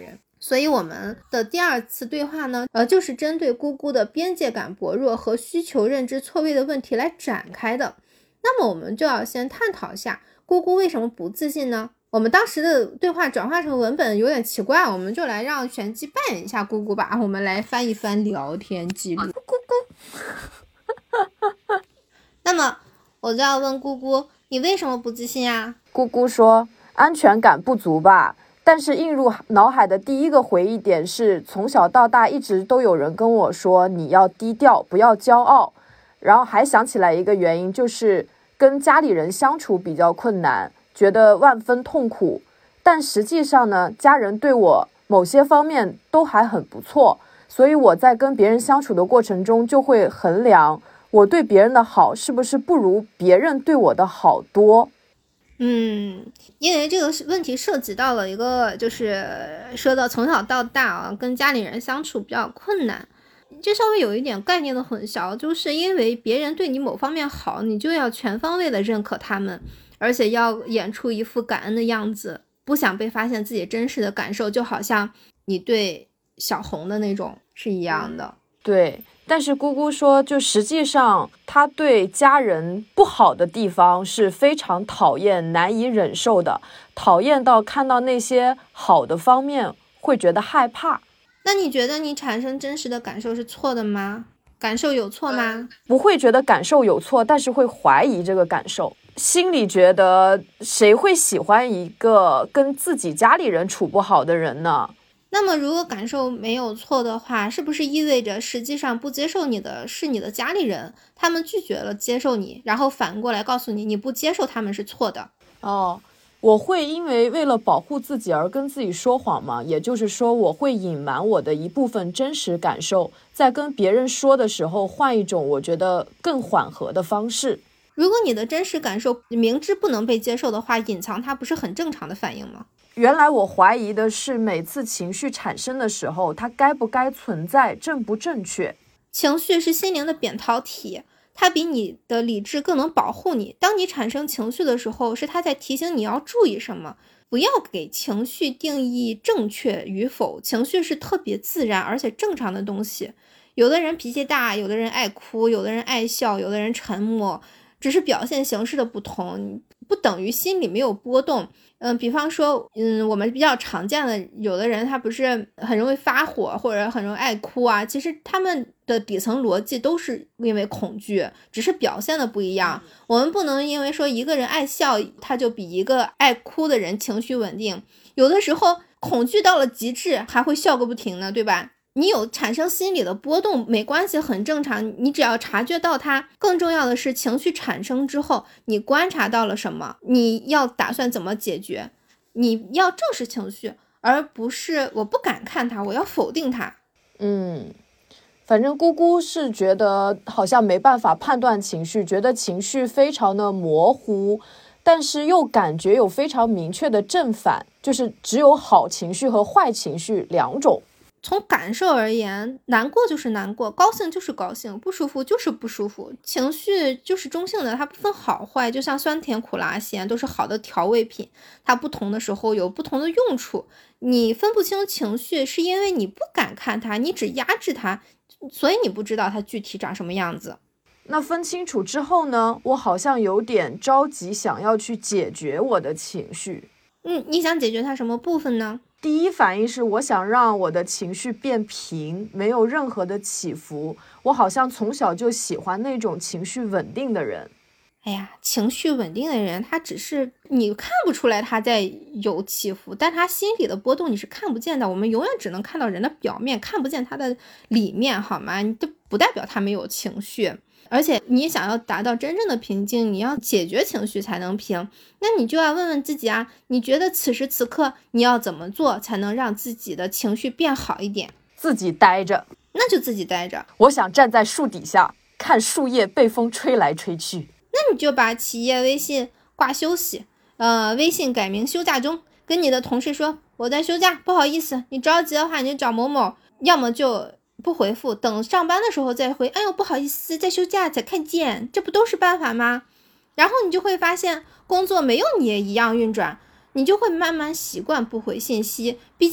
所以我们的第二次对话呢，呃，就是针对姑姑的边界感薄弱和需求认知错位的问题来展开的。那么我们就要先探讨一下姑姑为什么不自信呢？我们当时的对话转化成文本有点奇怪，我们就来让玄机扮演一下姑姑吧。我们来翻一翻聊天记录。姑姑那么我就要问姑姑，你为什么不自信啊？ 姑姑说安全感不足吧，但是映入脑海的第一个回忆点是从小到大一直都有人跟我说你要低调不要骄傲，然后还想起来一个原因，就是跟家里人相处比较困难，觉得万分痛苦。但实际上呢，家人对我某些方面都还很不错，所以我在跟别人相处的过程中就会衡量我对别人的好是不是不如别人对我的好多。 嗯，因为这个问题涉及到了一个，就是说到从小到大啊，跟家里人相处比较困难，这稍微有一点概念的混淆，就是因为别人对你某方面好，你就要全方位的认可他们，而且要演出一副感恩的样子，不想被发现自己真实的感受，就好像你对小红的那种是一样的。 对，但是姑姑说，就实际上她对家人不好的地方是非常讨厌、难以忍受的，讨厌到看到那些好的方面会觉得害怕。 那你觉得你产生真实的感受是错的吗？感受有错吗？ 不会觉得感受有错，但是会怀疑这个感受，心里觉得谁会喜欢一个跟自己家里人处不好的人呢？ 那么如果感受没有错的话，是不是意味着实际上不接受你的是你的家里人，他们拒绝了接受你，然后反过来告诉你你不接受他们是错的？ 哦，我会因为为了保护自己而跟自己说谎吗？也就是说我会隐瞒我的一部分真实感受，在跟别人说的时候换一种我觉得更缓和的方式。 如果你的真实感受明知不能被接受的话，隐藏它不是很正常的反应吗？ 原来我怀疑的是每次情绪产生的时候，它该不该存在，正不正确。 情绪是心灵的扁桃体，它比你的理智更能保护你。当你产生情绪的时候，是它在提醒你要注意什么，不要给情绪定义正确与否。情绪是特别自然而且正常的东西。有的人脾气大，有的人爱哭，有的人爱笑，有的人沉默，只是表现形式的不同，不等于心里没有波动。嗯，比方说，嗯，我们比较常见的，有的人他不是很容易发火，或者很容易爱哭啊，其实他们的底层逻辑都是因为恐惧，只是表现的不一样。我们不能因为说一个人爱笑，他就比一个爱哭的人情绪稳定。有的时候恐惧到了极致，还会笑个不停呢，对吧？你有产生心理的波动没关系，很正常，你只要察觉到它。更重要的是情绪产生之后，你观察到了什么，你要打算怎么解决，你要正视情绪，而不是我不敢看它，我要否定它。 嗯，反正姑姑是觉得好像没办法判断情绪，觉得情绪非常的模糊，但是又感觉有非常明确的正反，就是只有好情绪和坏情绪两种。 从感受而言，难过就是难过，高兴就是高兴，不舒服就是不舒服，情绪就是中性的，它不分好坏，就像酸甜苦辣咸都是好的调味品，它不同的时候有不同的用处。你分不清情绪是因为你不敢看它，你只压制它，所以你不知道它具体长什么样子。 那分清楚之后呢，我好像有点着急想要去解决我的情绪。 嗯，你想解决它什么部分呢？ 第一反应是我想让我的情绪变平，没有任何的起伏。我好像从小就喜欢那种情绪稳定的人。 哎呀，情绪稳定的人，他只是你看不出来他在有起伏，但他心里的波动你是看不见的。我们永远只能看到人的表面，看不见他的里面，好吗？这不代表他没有情绪。而且你想要达到真正的平静，你要解决情绪才能平。那你就要问问自己啊，你觉得此时此刻你要怎么做才能让自己的情绪变好一点？ 自己待着， 那就自己待着。 我想站在树底下，看树叶被风吹来吹去。 那你就把企业微信挂休息，呃，微信改名休假中，跟你的同事说我在休假，不好意思，你着急的话你就找某某，要么就不回复，等上班的时候再回，哎呦不好意思，在休假才看见，这不都是办法吗？然后你就会发现工作没有你也一样运转，你就会慢慢习惯不回信息，毕竟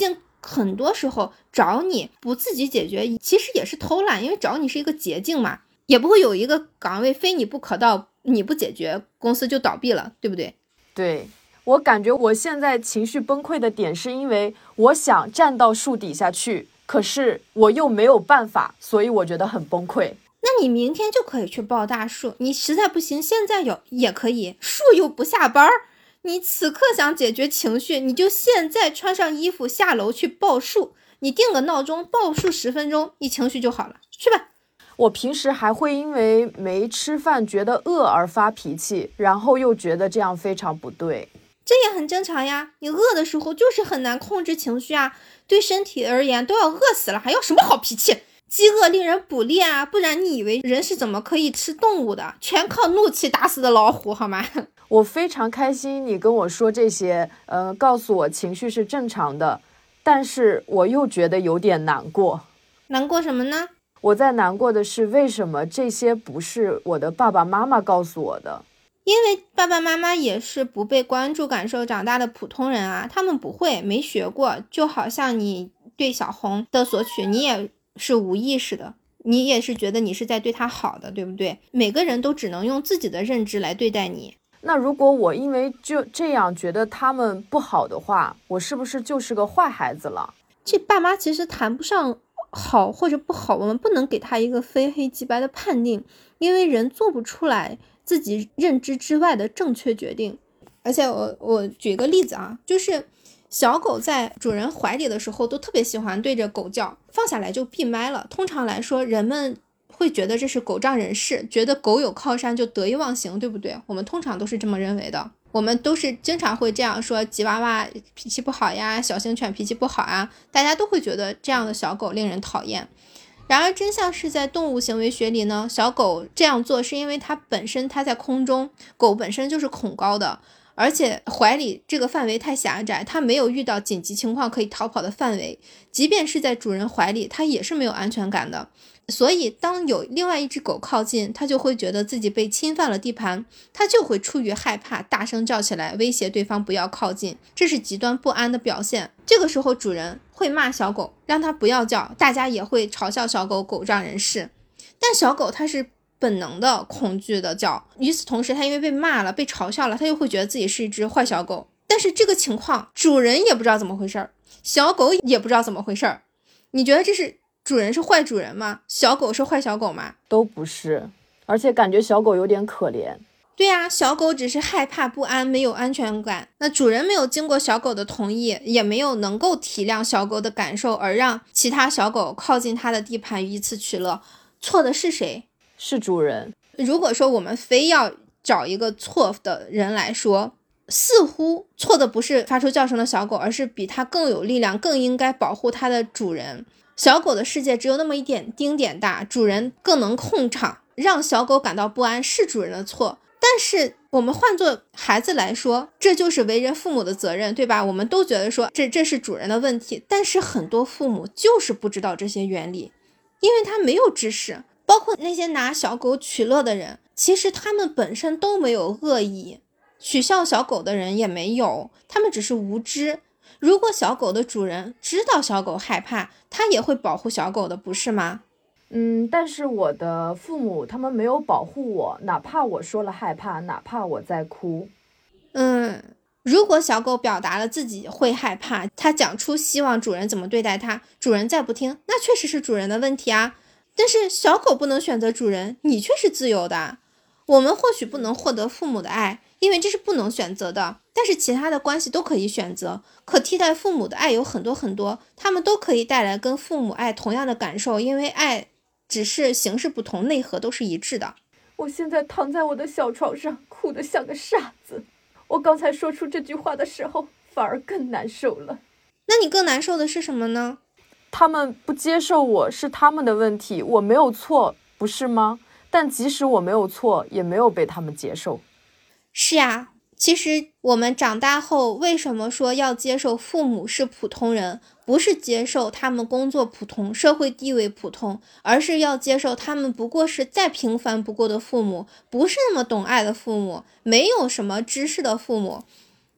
很多时候找你不自己解决，其实也是偷懒，因为找你是一个捷径嘛，也不会有一个岗位非你不可到，你不解决公司就倒闭了，对不对？ 对，我感觉我现在情绪崩溃的点是因为我想站到树底下去，可是我又没有办法，所以我觉得很崩溃。 那你明天就可以去抱大树，你实在不行现在有也可以，树又不下班，你此刻想解决情绪，你就现在穿上衣服下楼去抱树，你定个闹钟抱树十分钟，你情绪就好了，去吧。 我平时还会因为没吃饭觉得饿而发脾气，然后又觉得这样非常不对。 这也很正常呀，你饿的时候就是很难控制情绪啊，对身体而言都要饿死了，还要什么好脾气？饥饿令人捕猎啊，不然你以为人是怎么可以吃动物的？全靠怒气打死的老虎好吗？ 我非常开心你跟我说这些，呃，告诉我情绪是正常的，但是我又觉得有点难过。 难过什么呢？ 我在难过的是为什么这些不是我的爸爸妈妈告诉我的？ 因为爸爸妈妈也是不被关注感受长大的普通人啊，他们不会，没学过，就好像你对小红的索取，你也是无意识的，你也是觉得你是在对他好的，对不对？每个人都只能用自己的认知来对待你。 那如果我因为就这样觉得他们不好的话，我是不是就是个坏孩子了？ 这爸妈其实谈不上好或者不好，我们不能给他一个非黑即白的判定，因为人做不出来自己认知之外的正确决定。而且我我举个例子啊，就是小狗在主人怀里的时候都特别喜欢对着狗叫，放下来就闭麦了。通常来说人们会觉得这是狗仗人势，觉得狗有靠山就得意忘形，对不对？我们通常都是这么认为的，我们都是经常会这样说，吉娃娃脾气不好呀，小型犬脾气不好啊，大家都会觉得这样的小狗令人讨厌。然而真相是在动物行为学里呢，小狗这样做是因为它本身它在空中，狗本身就是恐高的，而且怀里这个范围太狭窄，它没有遇到紧急情况可以逃跑的范围，即便是在主人怀里它也是没有安全感的。所以当有另外一只狗靠近，它就会觉得自己被侵犯了地盘，它就会出于害怕大声叫起来，威胁对方不要靠近，这是极端不安的表现。这个时候主人会骂小狗，让它不要叫，大家也会嘲笑小狗狗仗人势，但小狗它是本能的恐惧的叫，与此同时它因为被骂了被嘲笑了，它又会觉得自己是一只坏小狗。但是这个情况主人也不知道怎么回事，小狗也不知道怎么回事，你觉得这是主人是坏主人吗？小狗是坏小狗吗？ 都不是，而且感觉小狗有点可怜。 对啊，小狗只是害怕不安，没有安全感，那主人没有经过小狗的同意，也没有能够体谅小狗的感受，而让其他小狗靠近它的地盘以此取乐，错的是谁？ 是主人。 如果说我们非要找一个错的人来说，似乎错的不是发出叫声的小狗，而是比它更有力量更应该保护它的主人。小狗的世界只有那么一点丁点大，主人更能控场，让小狗感到不安是主人的错。但是我们换作孩子来说，这就是为人父母的责任，对吧？我们都觉得说这这是主人的问题，但是很多父母就是不知道这些原理，因为他没有知识。包括那些拿小狗取乐的人，其实他们本身都没有恶意，取笑小狗的人也没有，他们只是无知。如果小狗的主人知道小狗害怕，他也会保护小狗的，不是吗？ 嗯，但是我的父母他们没有保护我，哪怕我说了害怕，哪怕我在哭。 嗯，如果小狗表达了自己会害怕，它讲出希望主人怎么对待它，主人再不听，那确实是主人的问题啊。但是小狗不能选择主人，你却是自由的。我们或许不能获得父母的爱，因为这是不能选择的，但是其他的关系都可以选择，可替代父母的爱有很多很多，他们都可以带来跟父母爱同样的感受，因为爱只是形式不同，内核都是一致的。 我现在躺在我的小床上，哭得像个傻子。我刚才说出这句话的时候，反而更难受了。 那你更难受的是什么呢？ 他们不接受我是他们的问题，我没有错，不是吗？但即使我没有错，也没有被他们接受。 是呀，其实我们长大后为什么说要接受父母是普通人，不是接受他们工作普通，社会地位普通，而是要接受他们不过是再平凡不过的父母，不是那么懂爱的父母，没有什么知识的父母。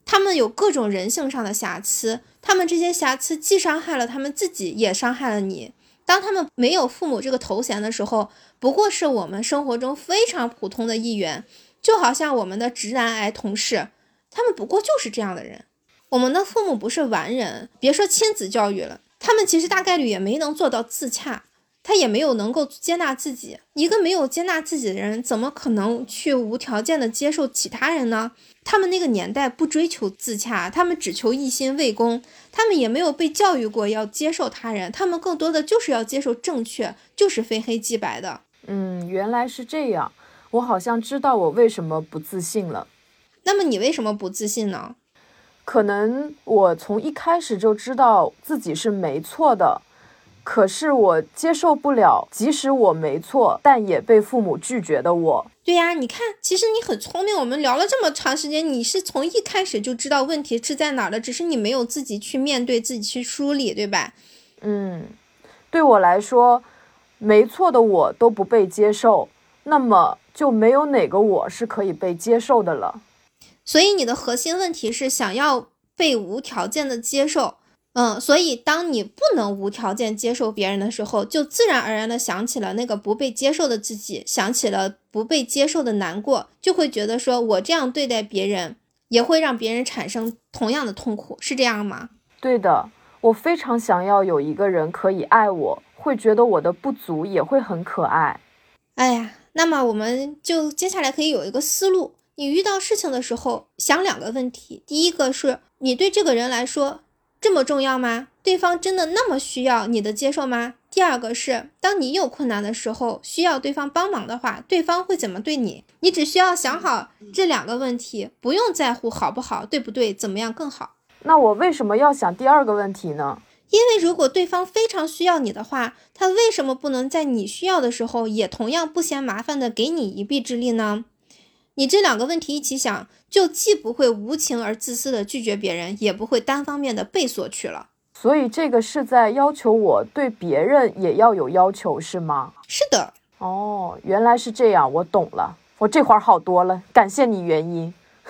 他们有各种人性上的瑕疵，他们这些瑕疵既伤害了他们自己，也伤害了你。当他们没有父母这个头衔的时候，不过是我们生活中非常普通的一员，就好像我们的直男癌同事，他们不过就是这样的人。我们的父母不是完人，别说亲子教育了，他们其实大概率也没能做到自洽，他也没有能够接纳自己。一个没有接纳自己的人，怎么可能去无条件的接受其他人呢？他们那个年代不追求自洽，他们只求一心为公，他们也没有被教育过要接受他人，他们更多的就是要接受正确，就是非黑即白的。 嗯，原来是这样，我好像知道我为什么不自信了。 那么你为什么不自信呢？ 可能我从一开始就知道自己是没错的，可是我接受不了即使我没错但也被父母拒绝的我。 对呀，你看，其实你很聪明，我们聊了这么长时间，你是从一开始就知道问题是在哪儿的，只是你没有自己去面对，自己去梳理，对吧？ 嗯，对我来说，没错的我都不被接受，那么就没有哪个我是可以被接受的了。 所以你的核心问题是想要被无条件的接受。嗯，所以当你不能无条件接受别人的时候，就自然而然的想起了那个不被接受的自己，想起了不被接受的难过，就会觉得说我这样对待别人也会让别人产生同样的痛苦，是这样吗？ 对的，我非常想要有一个人可以爱我，会觉得我的不足也会很可爱。 哎呀，那么我们就接下来可以有一个思路，你遇到事情的时候想两个问题。第一个是你对这个人来说这么重要吗？对方真的那么需要你的接受吗？第二个是当你有困难的时候需要对方帮忙的话，对方会怎么对你？你只需要想好这两个问题，不用在乎好不好，对不对，怎么样更好。 那我为什么要想第二个问题呢？ 因为如果对方非常需要你的话，他为什么不能在你需要的时候也同样不嫌麻烦的给你一臂之力呢？你这两个问题一起想，就既不会无情而自私的拒绝别人，也不会单方面的被索取了。 所以这个是在要求我对别人也要有要求，是吗？ 是的。 哦，原来是这样，我懂了，我这会儿好多了，感谢你原因。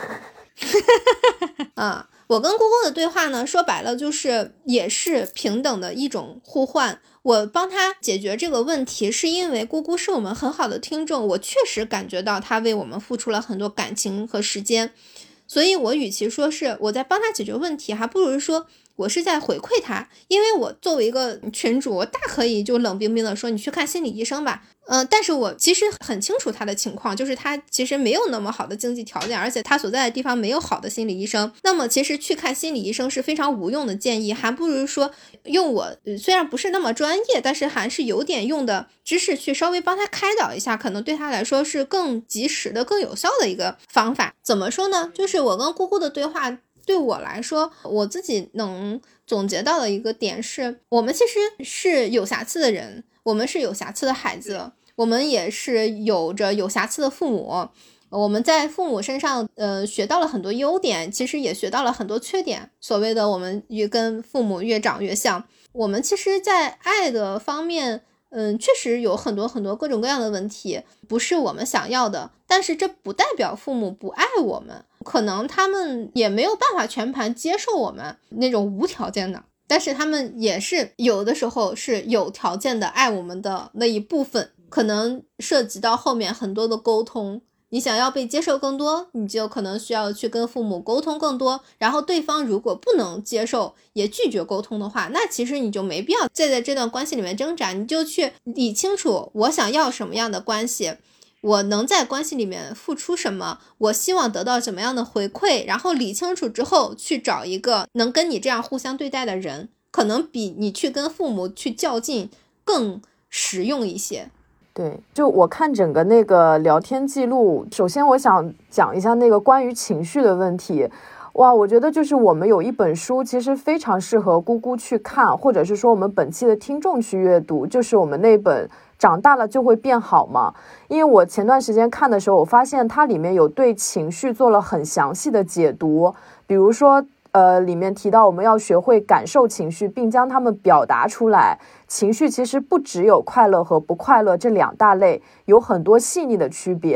啊，我跟姑姑的对话呢，说白了就是也是平等的一种互换。我帮他解决这个问题，是因为姑姑是我们很好的听众，我确实感觉到她为我们付出了很多感情和时间，所以我与其说是我在帮他解决问题，还不如说我是在回馈他。因为我作为一个群主，我大可以就冷冰冰的说你去看心理医生吧。嗯、呃，但是我其实很清楚他的情况，就是他其实没有那么好的经济条件，而且他所在的地方没有好的心理医生。那么其实去看心理医生是非常无用的建议，还不如说用我、呃、虽然不是那么专业，但是还是有点用的知识去稍微帮他开导一下，可能对他来说是更及时的、更有效的一个方法。怎么说呢？就是我跟姑姑的对话对我来说，我自己能总结到的一个点是，我们其实是有瑕疵的人，我们是有瑕疵的孩子，我们也是有着有瑕疵的父母，我们在父母身上呃学到了很多优点，其实也学到了很多缺点。所谓的我们越跟父母越长越像，我们其实在爱的方面嗯，确实有很多很多各种各样的问题，不是我们想要的，但是这不代表父母不爱我们，可能他们也没有办法全盘接受我们那种无条件的，但是他们也是有的时候是有条件的爱我们的那一部分，可能涉及到后面很多的沟通。你想要被接受更多，你就可能需要去跟父母沟通更多，然后对方如果不能接受也拒绝沟通的话，那其实你就没必要再在这段关系里面挣扎，你就去理清楚我想要什么样的关系，我能在关系里面付出什么，我希望得到什么样的回馈，然后理清楚之后去找一个能跟你这样互相对待的人，可能比你去跟父母去较劲更实用一些。 对，就我看整个那个聊天记录，首先我想讲一下那个关于情绪的问题。哇，我觉得就是我们有一本书其实非常适合姑姑去看，或者是说我们本期的听众去阅读，就是我们那本长大了就会变好嘛。因为我前段时间看的时候，我发现它里面有对情绪做了很详细的解读，比如说呃，里面提到我们要学会感受情绪，并将它们表达出来。情绪其实不只有快乐和不快乐这两大类，有很多细腻的区别。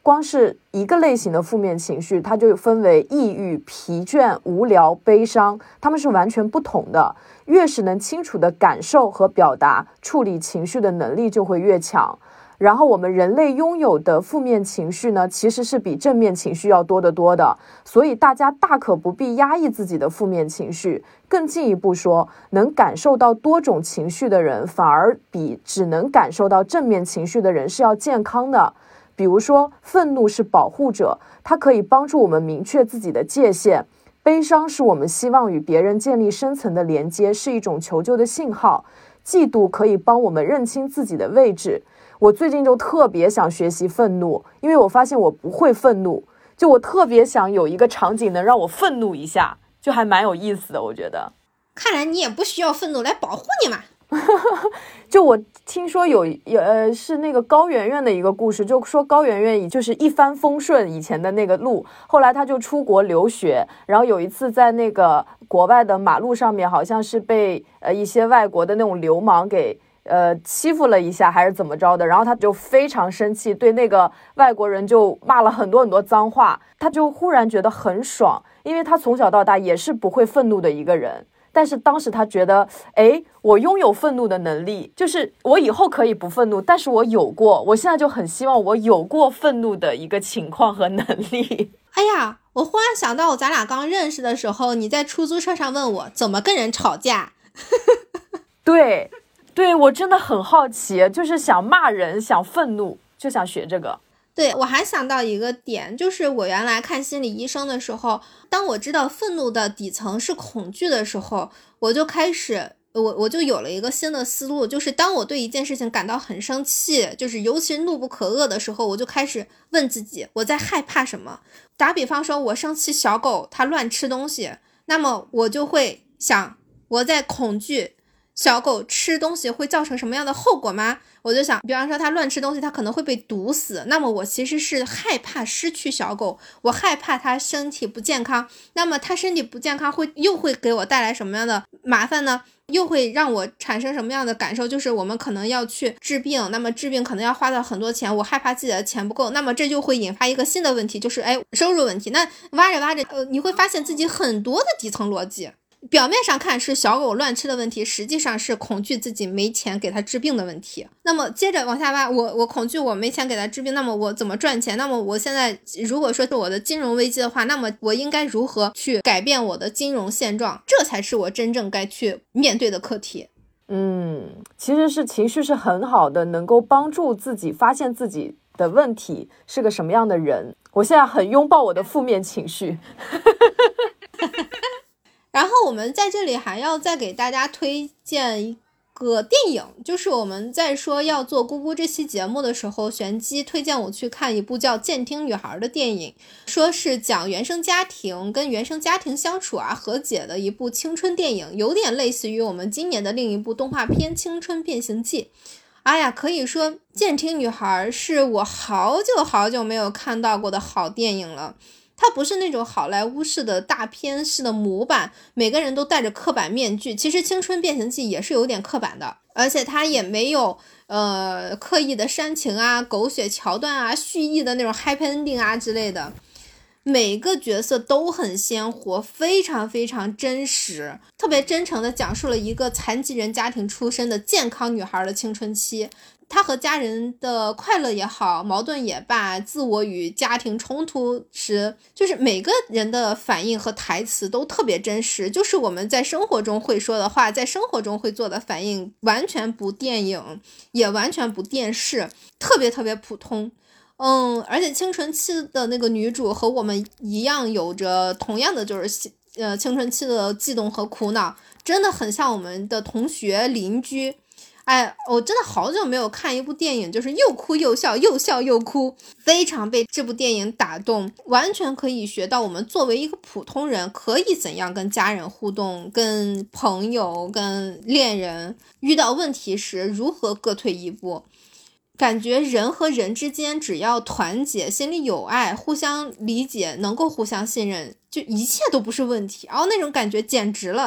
光是一个类型的负面情绪，它就分为抑郁、疲倦、无聊、悲伤，它们是完全不同的。越是能清楚地感受和表达，处理情绪的能力就会越强。然后我们人类拥有的负面情绪呢，其实是比正面情绪要多得多的，所以大家大可不必压抑自己的负面情绪。更进一步说，能感受到多种情绪的人，反而比只能感受到正面情绪的人是要健康的。比如说，愤怒是保护者，它可以帮助我们明确自己的界限；悲伤是我们希望与别人建立深层的连接，是一种求救的信号；嫉妒可以帮我们认清自己的位置。我最近就特别想学习愤怒，因为我发现我不会愤怒，就我特别想有一个场景能让我愤怒一下，就还蛮有意思的，我觉得。 看来你也不需要愤怒来保护你嘛。 就我听说有有呃是那个高圆圆的一个故事，就说高圆圆就是一帆风顺以前的那个路，后来他就出国留学，然后有一次在那个国外的马路上面，好像是被呃一些外国的那种流氓给呃欺负了一下还是怎么着的，然后他就非常生气，对那个外国人就骂了很多很多脏话，他就忽然觉得很爽，因为他从小到大也是不会愤怒的一个人。但是当时他觉得，哎，我拥有愤怒的能力，就是我以后可以不愤怒，但是我有过，我现在就很希望我有过愤怒的一个情况和能力。 哎呀，我忽然想到，咱俩刚认识的时候，你在出租车上问我怎么跟人吵架。 对，对，我真的很好奇，就是想骂人，想愤怒，就想学这个。 对，我还想到一个点，就是我原来看心理医生的时候，当我知道愤怒的底层是恐惧的时候，我就开始我我就有了一个新的思路，就是当我对一件事情感到很生气，就是尤其怒不可遏的时候，我就开始问自己我在害怕什么。打比方说，我生气小狗它乱吃东西，那么我就会想我在恐惧小狗吃东西会造成什么样的后果吗？我就想，比方说它乱吃东西，它可能会被毒死，那么我其实是害怕失去小狗，我害怕它身体不健康，那么它身体不健康会又会给我带来什么样的麻烦呢？又会让我产生什么样的感受？就是我们可能要去治病，那么治病可能要花到很多钱，我害怕自己的钱不够，那么这就会引发一个新的问题，就是哎收入问题。那挖着挖着，呃，你会发现自己很多的底层逻辑。表面上看是小狗乱吃的问题，实际上是恐惧自己没钱给它治病的问题。那么接着往下挖，我我恐惧我没钱给它治病，那么我怎么赚钱？那么我现在如果说是我的金融危机的话，那么我应该如何去改变我的金融现状？这才是我真正该去面对的课题。 嗯，其实是情绪是很好的，能够帮助自己发现自己的问题是个什么样的人。我现在很拥抱我的负面情绪。 然后我们在这里还要再给大家推荐一个电影，就是我们在说要做咕咕这期节目的时候，玄机推荐我去看一部叫《监听女孩》的电影，说是讲原生家庭跟原生家庭相处啊和解的一部青春电影，有点类似于我们今年的另一部动画片《青春变形记》。哎呀，可以说《监听女孩》是我好久好久没有看到过的好电影了。它不是那种好莱坞式的大片式的模板，每个人都戴着刻板面具，其实青春变形记也是有点刻板的，而且它也没有呃刻意的煽情啊、狗血桥段啊、蓄意的那种 happy ending 啊之类的，每个角色都很鲜活，非常非常真实，特别真诚的讲述了一个残疾人家庭出身的健康女孩的青春期，他和家人的快乐也好，矛盾也罢，自我与家庭冲突时，就是每个人的反应和台词都特别真实，就是我们在生活中会说的话，在生活中会做的反应，完全不电影，也完全不电视，特别特别普通。嗯，而且青春期的那个女主和我们一样，有着同样的就是呃青春期的悸动和苦恼，真的很像我们的同学邻居。哎，我真的好久没有看一部电影，就是又哭又笑，又笑又哭，非常被这部电影打动，完全可以学到我们作为一个普通人可以怎样跟家人互动，跟朋友，跟恋人遇到问题时如何各退一步。感觉人和人之间只要团结，心里有爱，互相理解，能够互相信任，就一切都不是问题。然后那种感觉简直了。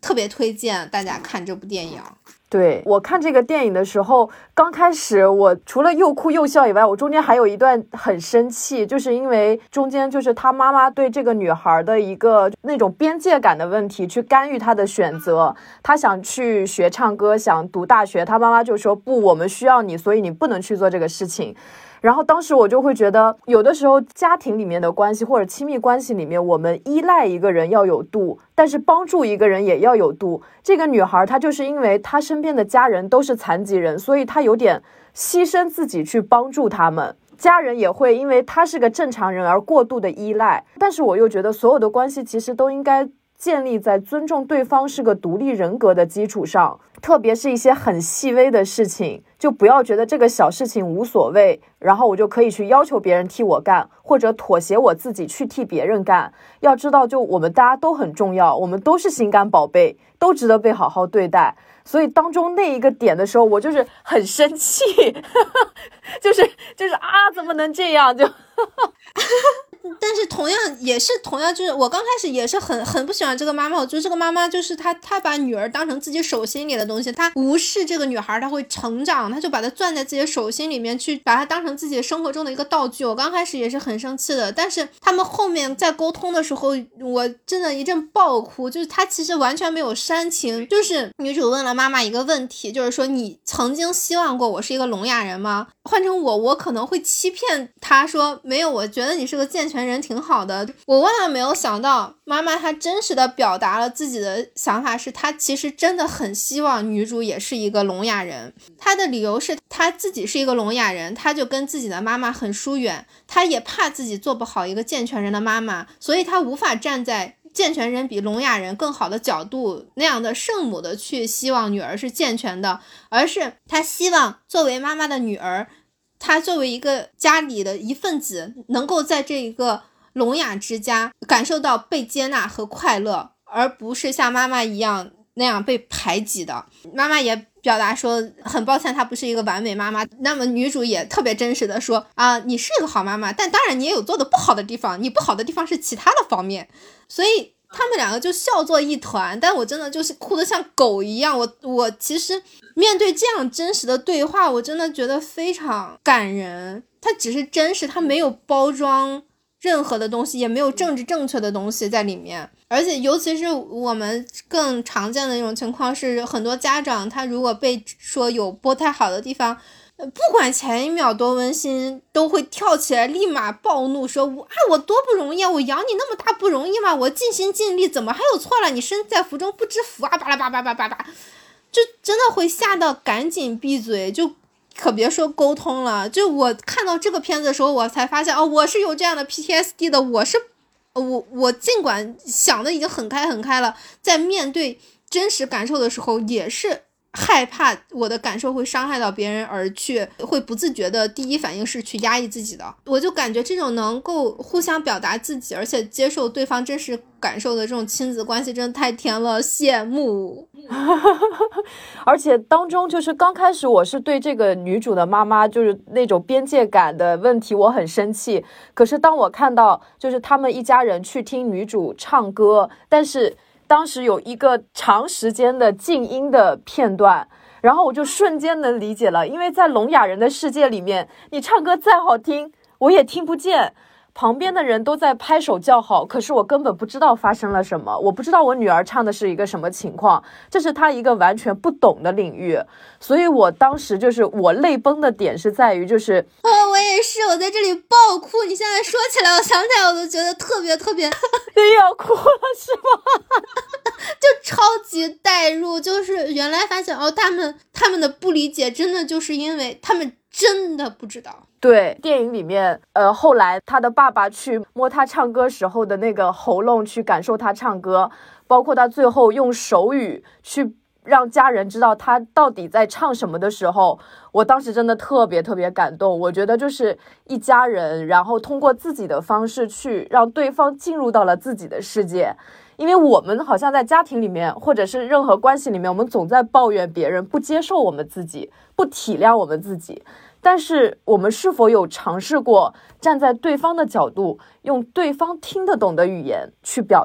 特别推荐大家看这部电影。 对，我看这个电影的时候，刚开始我除了又哭又笑以外，我中间还有一段很生气，就是因为中间就是他妈妈对这个女孩的一个那种边界感的问题去干预她的选择。她想去学唱歌，想读大学，她妈妈就说不，我们需要你，所以你不能去做这个事情。然后当时我就会觉得，有的时候家庭里面的关系或者亲密关系里面，我们依赖一个人要有度，但是帮助一个人也要有度。这个女孩她就是因为她身边的家人都是残疾人，所以她有点牺牲自己去帮助他们，家人也会因为她是个正常人而过度的依赖。但是我又觉得所有的关系其实都应该建立在尊重对方是个独立人格的基础上，特别是一些很细微的事情，就不要觉得这个小事情无所谓，然后我就可以去要求别人替我干，或者妥协我自己去替别人干。要知道，就我们大家都很重要，我们都是心肝宝贝，都值得被好好对待。所以当中那一个点的时候，我就是很生气，就是就是啊，怎么能这样就但是同样也是同样，就是我刚开始也是很很不喜欢这个妈妈，我觉得这个妈妈就是她她把女儿当成自己手心里的东西，她无视这个女孩她会成长，她就把她攥在自己的手心里面，去把她当成自己生活中的一个道具。我刚开始也是很生气的，但是他们后面在沟通的时候，我真的一阵爆哭。就是她其实完全没有煽情，就是女主问了妈妈一个问题，就是说你曾经希望过我是一个聋哑人吗？换成我我可能会欺骗她说没有，我觉得你是个健全人挺好的。我万万没有想到妈妈她真实的表达了自己的想法，是她其实真的很希望女主也是一个聋哑人。她的理由是她自己是一个聋哑人，她就跟自己的妈妈很疏远，她也怕自己做不好一个健全人的妈妈，所以她无法站在健全人比聋哑人更好的角度，那样的圣母的去希望女儿是健全的，而是她希望作为妈妈的女儿，她作为一个家里的一份子，能够在这一个聋哑之家感受到被接纳和快乐，而不是像妈妈一样那样被排挤的。妈妈也表达说很抱歉她不是一个完美妈妈，那么女主也特别真实的说啊，你是一个好妈妈，但当然你也有做的不好的地方，你不好的地方是其他的方面。所以他们两个就笑作一团，但我真的就是哭得像狗一样。我我其实面对这样真实的对话，我真的觉得非常感人。它只是真实，它没有包装任何的东西，也没有政治正确的东西在里面。而且尤其是我们更常见的一种情况是，很多家长他如果被说有不太好的地方，不管前一秒多温馨，都会跳起来立马暴怒说啊，我多不容易啊，我养你那么大不容易吗？我尽心尽力，怎么还有错了？你身在福中不知福啊，巴拉巴拉巴拉巴拉，就真的会吓到赶紧闭嘴，就可别说沟通了。就我看到这个片子的时候，我才发现哦，我是有这样的 P T S D 的。我是我我尽管想的已经很开很开了，在面对真实感受的时候，也是害怕我的感受会伤害到别人，而去会不自觉的第一反应是去压抑自己的。我就感觉这种能够互相表达自己，而且接受对方真实感受的这种亲子关系真的太甜了，羡慕。 而且当中就是刚开始我是对这个女主的妈妈就是那种边界感的问题我很生气，可是当我看到就是他们一家人去听女主唱歌，但是当时有一个长时间的静音的片段，然后我就瞬间能理解了，因为在聋哑人的世界里面，你唱歌再好听我也听不见，旁边的人都在拍手叫好，可是我根本不知道发生了什么，我不知道我女儿唱的是一个什么情况，这是她一个完全不懂的领域。所以我当时就是我泪崩的点是在于就是哦，我也是，我在这里爆哭，你现在说起来我想起来我都觉得特别特别你要哭了是吗？ 就超级带入，就是原来发现哦，他们他们的不理解真的就是因为他们真的不知道。 对，电影里面呃，后来他的爸爸去摸他唱歌时候的那个喉咙，去感受他唱歌，包括他最后用手语去让家人知道他到底在唱什么的时候，我当时真的特别特别感动。我觉得就是一家人，然后通过自己的方式去让对方进入到了自己的世界。因为我们好像在家庭里面或者是任何关系里面，我们总在抱怨别人不接受我们自己，不体谅我们自己，但是我们是否有尝试过站在对方的角度，用对方听得懂的语言去表达，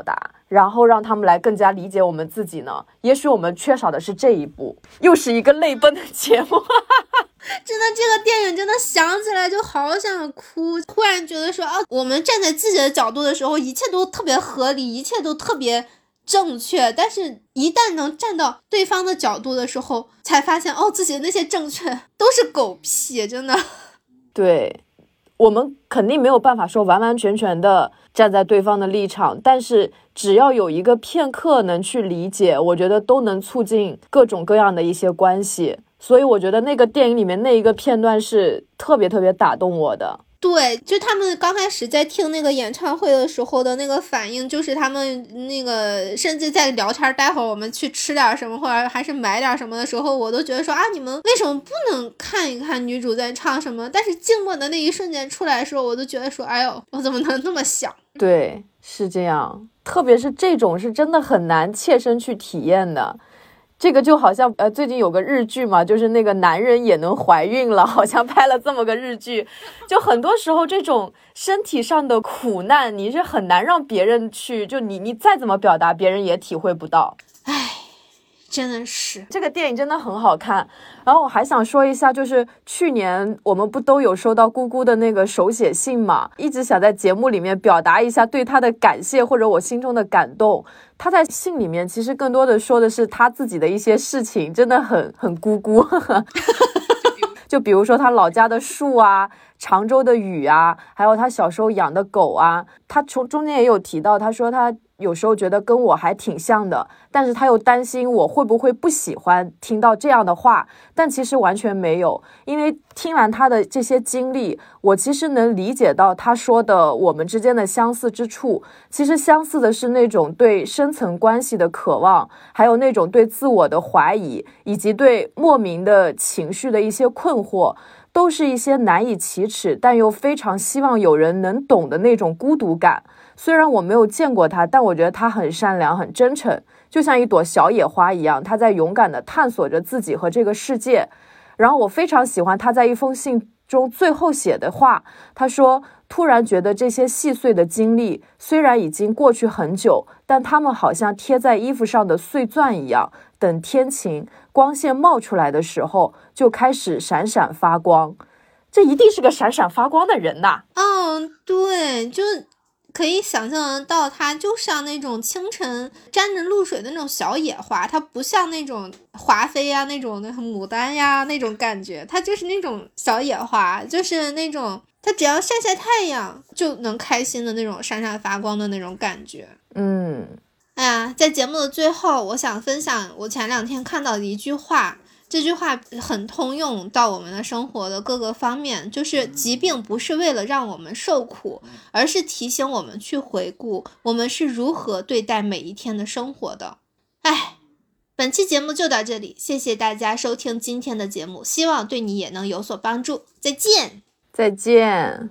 然后让他们来更加理解我们自己呢？也许我们缺少的是这一步。又是一个泪奔的节目真的，这个电影真的想起来就好想哭，忽然觉得说啊，我们站在自己的角度的时候，一切都特别合理，一切都特别正确，但是一旦能站到对方的角度的时候，才发现哦，自己的那些正确都是狗屁，真的。 对，我们肯定没有办法说完完全全的站在对方的立场，但是只要有一个片刻能去理解，我觉得都能促进各种各样的一些关系。所以我觉得那个电影里面那一个片段是特别特别打动我的。 对，就他们刚开始在听那个演唱会的时候的那个反应，就是他们那个甚至在聊天，待会儿我们去吃点什么，或者还是买点什么的时候，我都觉得说啊，你们为什么不能看一看女主在唱什么？但是静默的那一瞬间出来的时候，我都觉得说，哎呦，我怎么能那么想？ 对，是这样，特别是这种是真的很难切身去体验的。这个就好像呃，最近有个日剧嘛，就是那个男人也能怀孕了，好像拍了这么个日剧。就很多时候这种身体上的苦难，你是很难让别人去，就你你再怎么表达，别人也体会不到。 唉，真的是这个电影真的很好看。然后我还想说一下，就是去年我们不都有收到姑姑的那个手写信嘛，一直想在节目里面表达一下对她的感谢或者我心中的感动。她在信里面其实更多的说的是她自己的一些事情，真的很很姑姑就比如说她老家的树啊，常州的雨啊，还有她小时候养的狗啊。她从中间也有提到，她说她有时候觉得跟我还挺像的，但是她又担心我会不会不喜欢听到这样的话，但其实完全没有。因为听完她的这些经历，我其实能理解到她说的我们之间的相似之处。其实相似的是那种对深层关系的渴望，还有那种对自我的怀疑，以及对莫名的情绪的一些困惑，都是一些难以启齿但又非常希望有人能懂的那种孤独感。虽然我没有见过他，但我觉得他很善良很真诚，就像一朵小野花一样，他在勇敢地探索着自己和这个世界。然后我非常喜欢他在一封信中最后写的话，他说，突然觉得这些细碎的经历虽然已经过去很久，但它们好像贴在衣服上的碎钻一样，等天晴光线冒出来的时候就开始闪闪发光。这一定是个闪闪发光的人呐。 嗯，对，就可以想象得到，它就像那种清晨沾着露水的那种小野花，它不像那种华妃呀、那种的牡丹呀那种感觉，它就是那种小野花，就是那种它只要晒晒太阳就能开心的那种闪闪发光的那种感觉。 嗯， 哎呀，在节目的最后，我想分享我前两天看到的一句话。这句话很通用到我们的生活的各个方面，就是疾病不是为了让我们受苦，而是提醒我们去回顾我们是如何对待每一天的生活的。哎，本期节目就到这里，谢谢大家收听今天的节目，希望对你也能有所帮助。再见， 再见。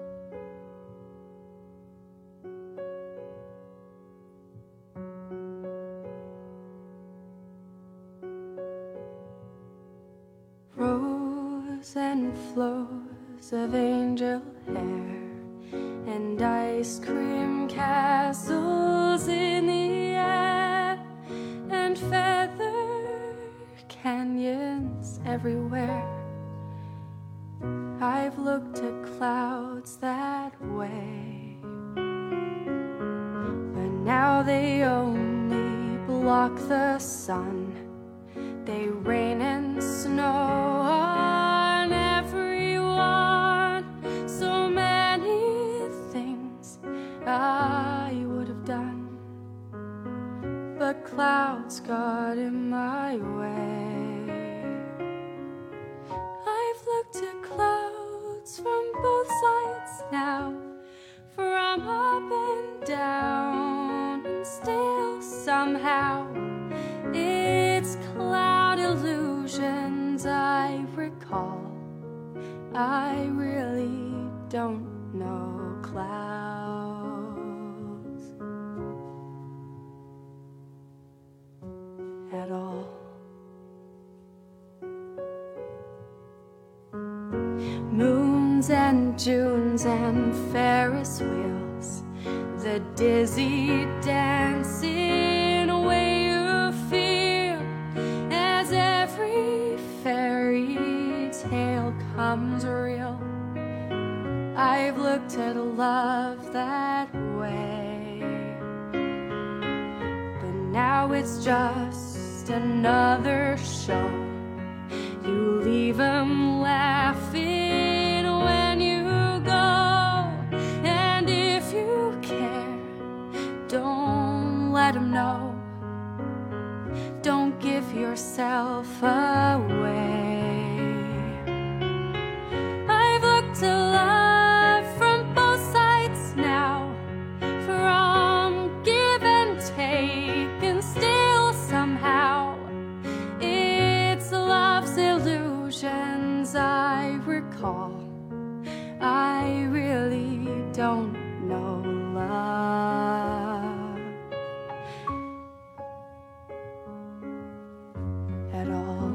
And flows of angel hair and ice cream castles in the air and feather canyons everywhere. I've looked at clouds that way, but now they only block the sun. They rain and snow on everyone. So many things I would have done, but clouds got in my way. I've looked at clouds from both sides now, from up and down, and still somehow it's cloud illusions I recall. I really don't know clouds at all. Moons and Junes and Ferris wheels, the dizzy dancing way you feel as every fairy tale comes real. I've looked at love that way, but now it's just another show. You leave 'em laughing when you go, and if you care, don't let 'em know. Don't give yourself away. I've looked at love from both sides now, from give and take, and still somehow it's love's illusions I recall. I really don't know love at all.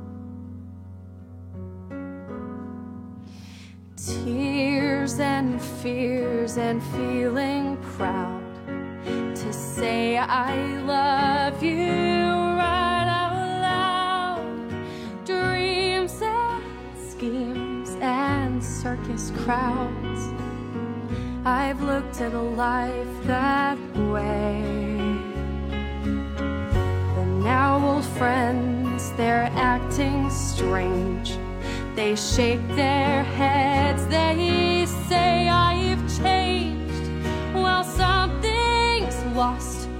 Tears and fears and feeling proud to say I love you right out loud. Dreams and schemes and circus crowds. I've looked at a life that way. But now old friends, they're acting strange. They shake their heads, they say I've changed. Well, something's lost,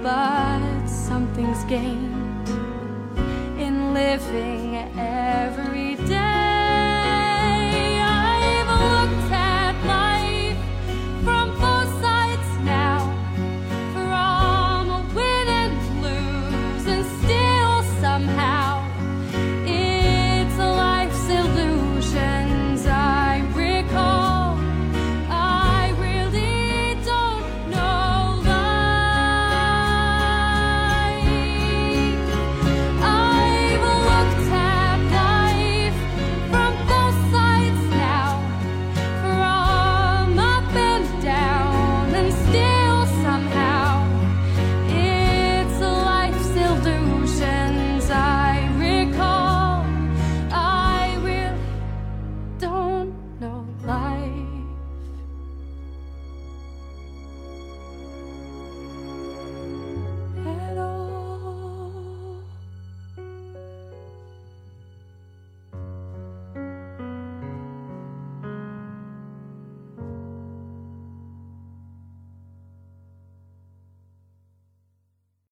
but something's gained in living every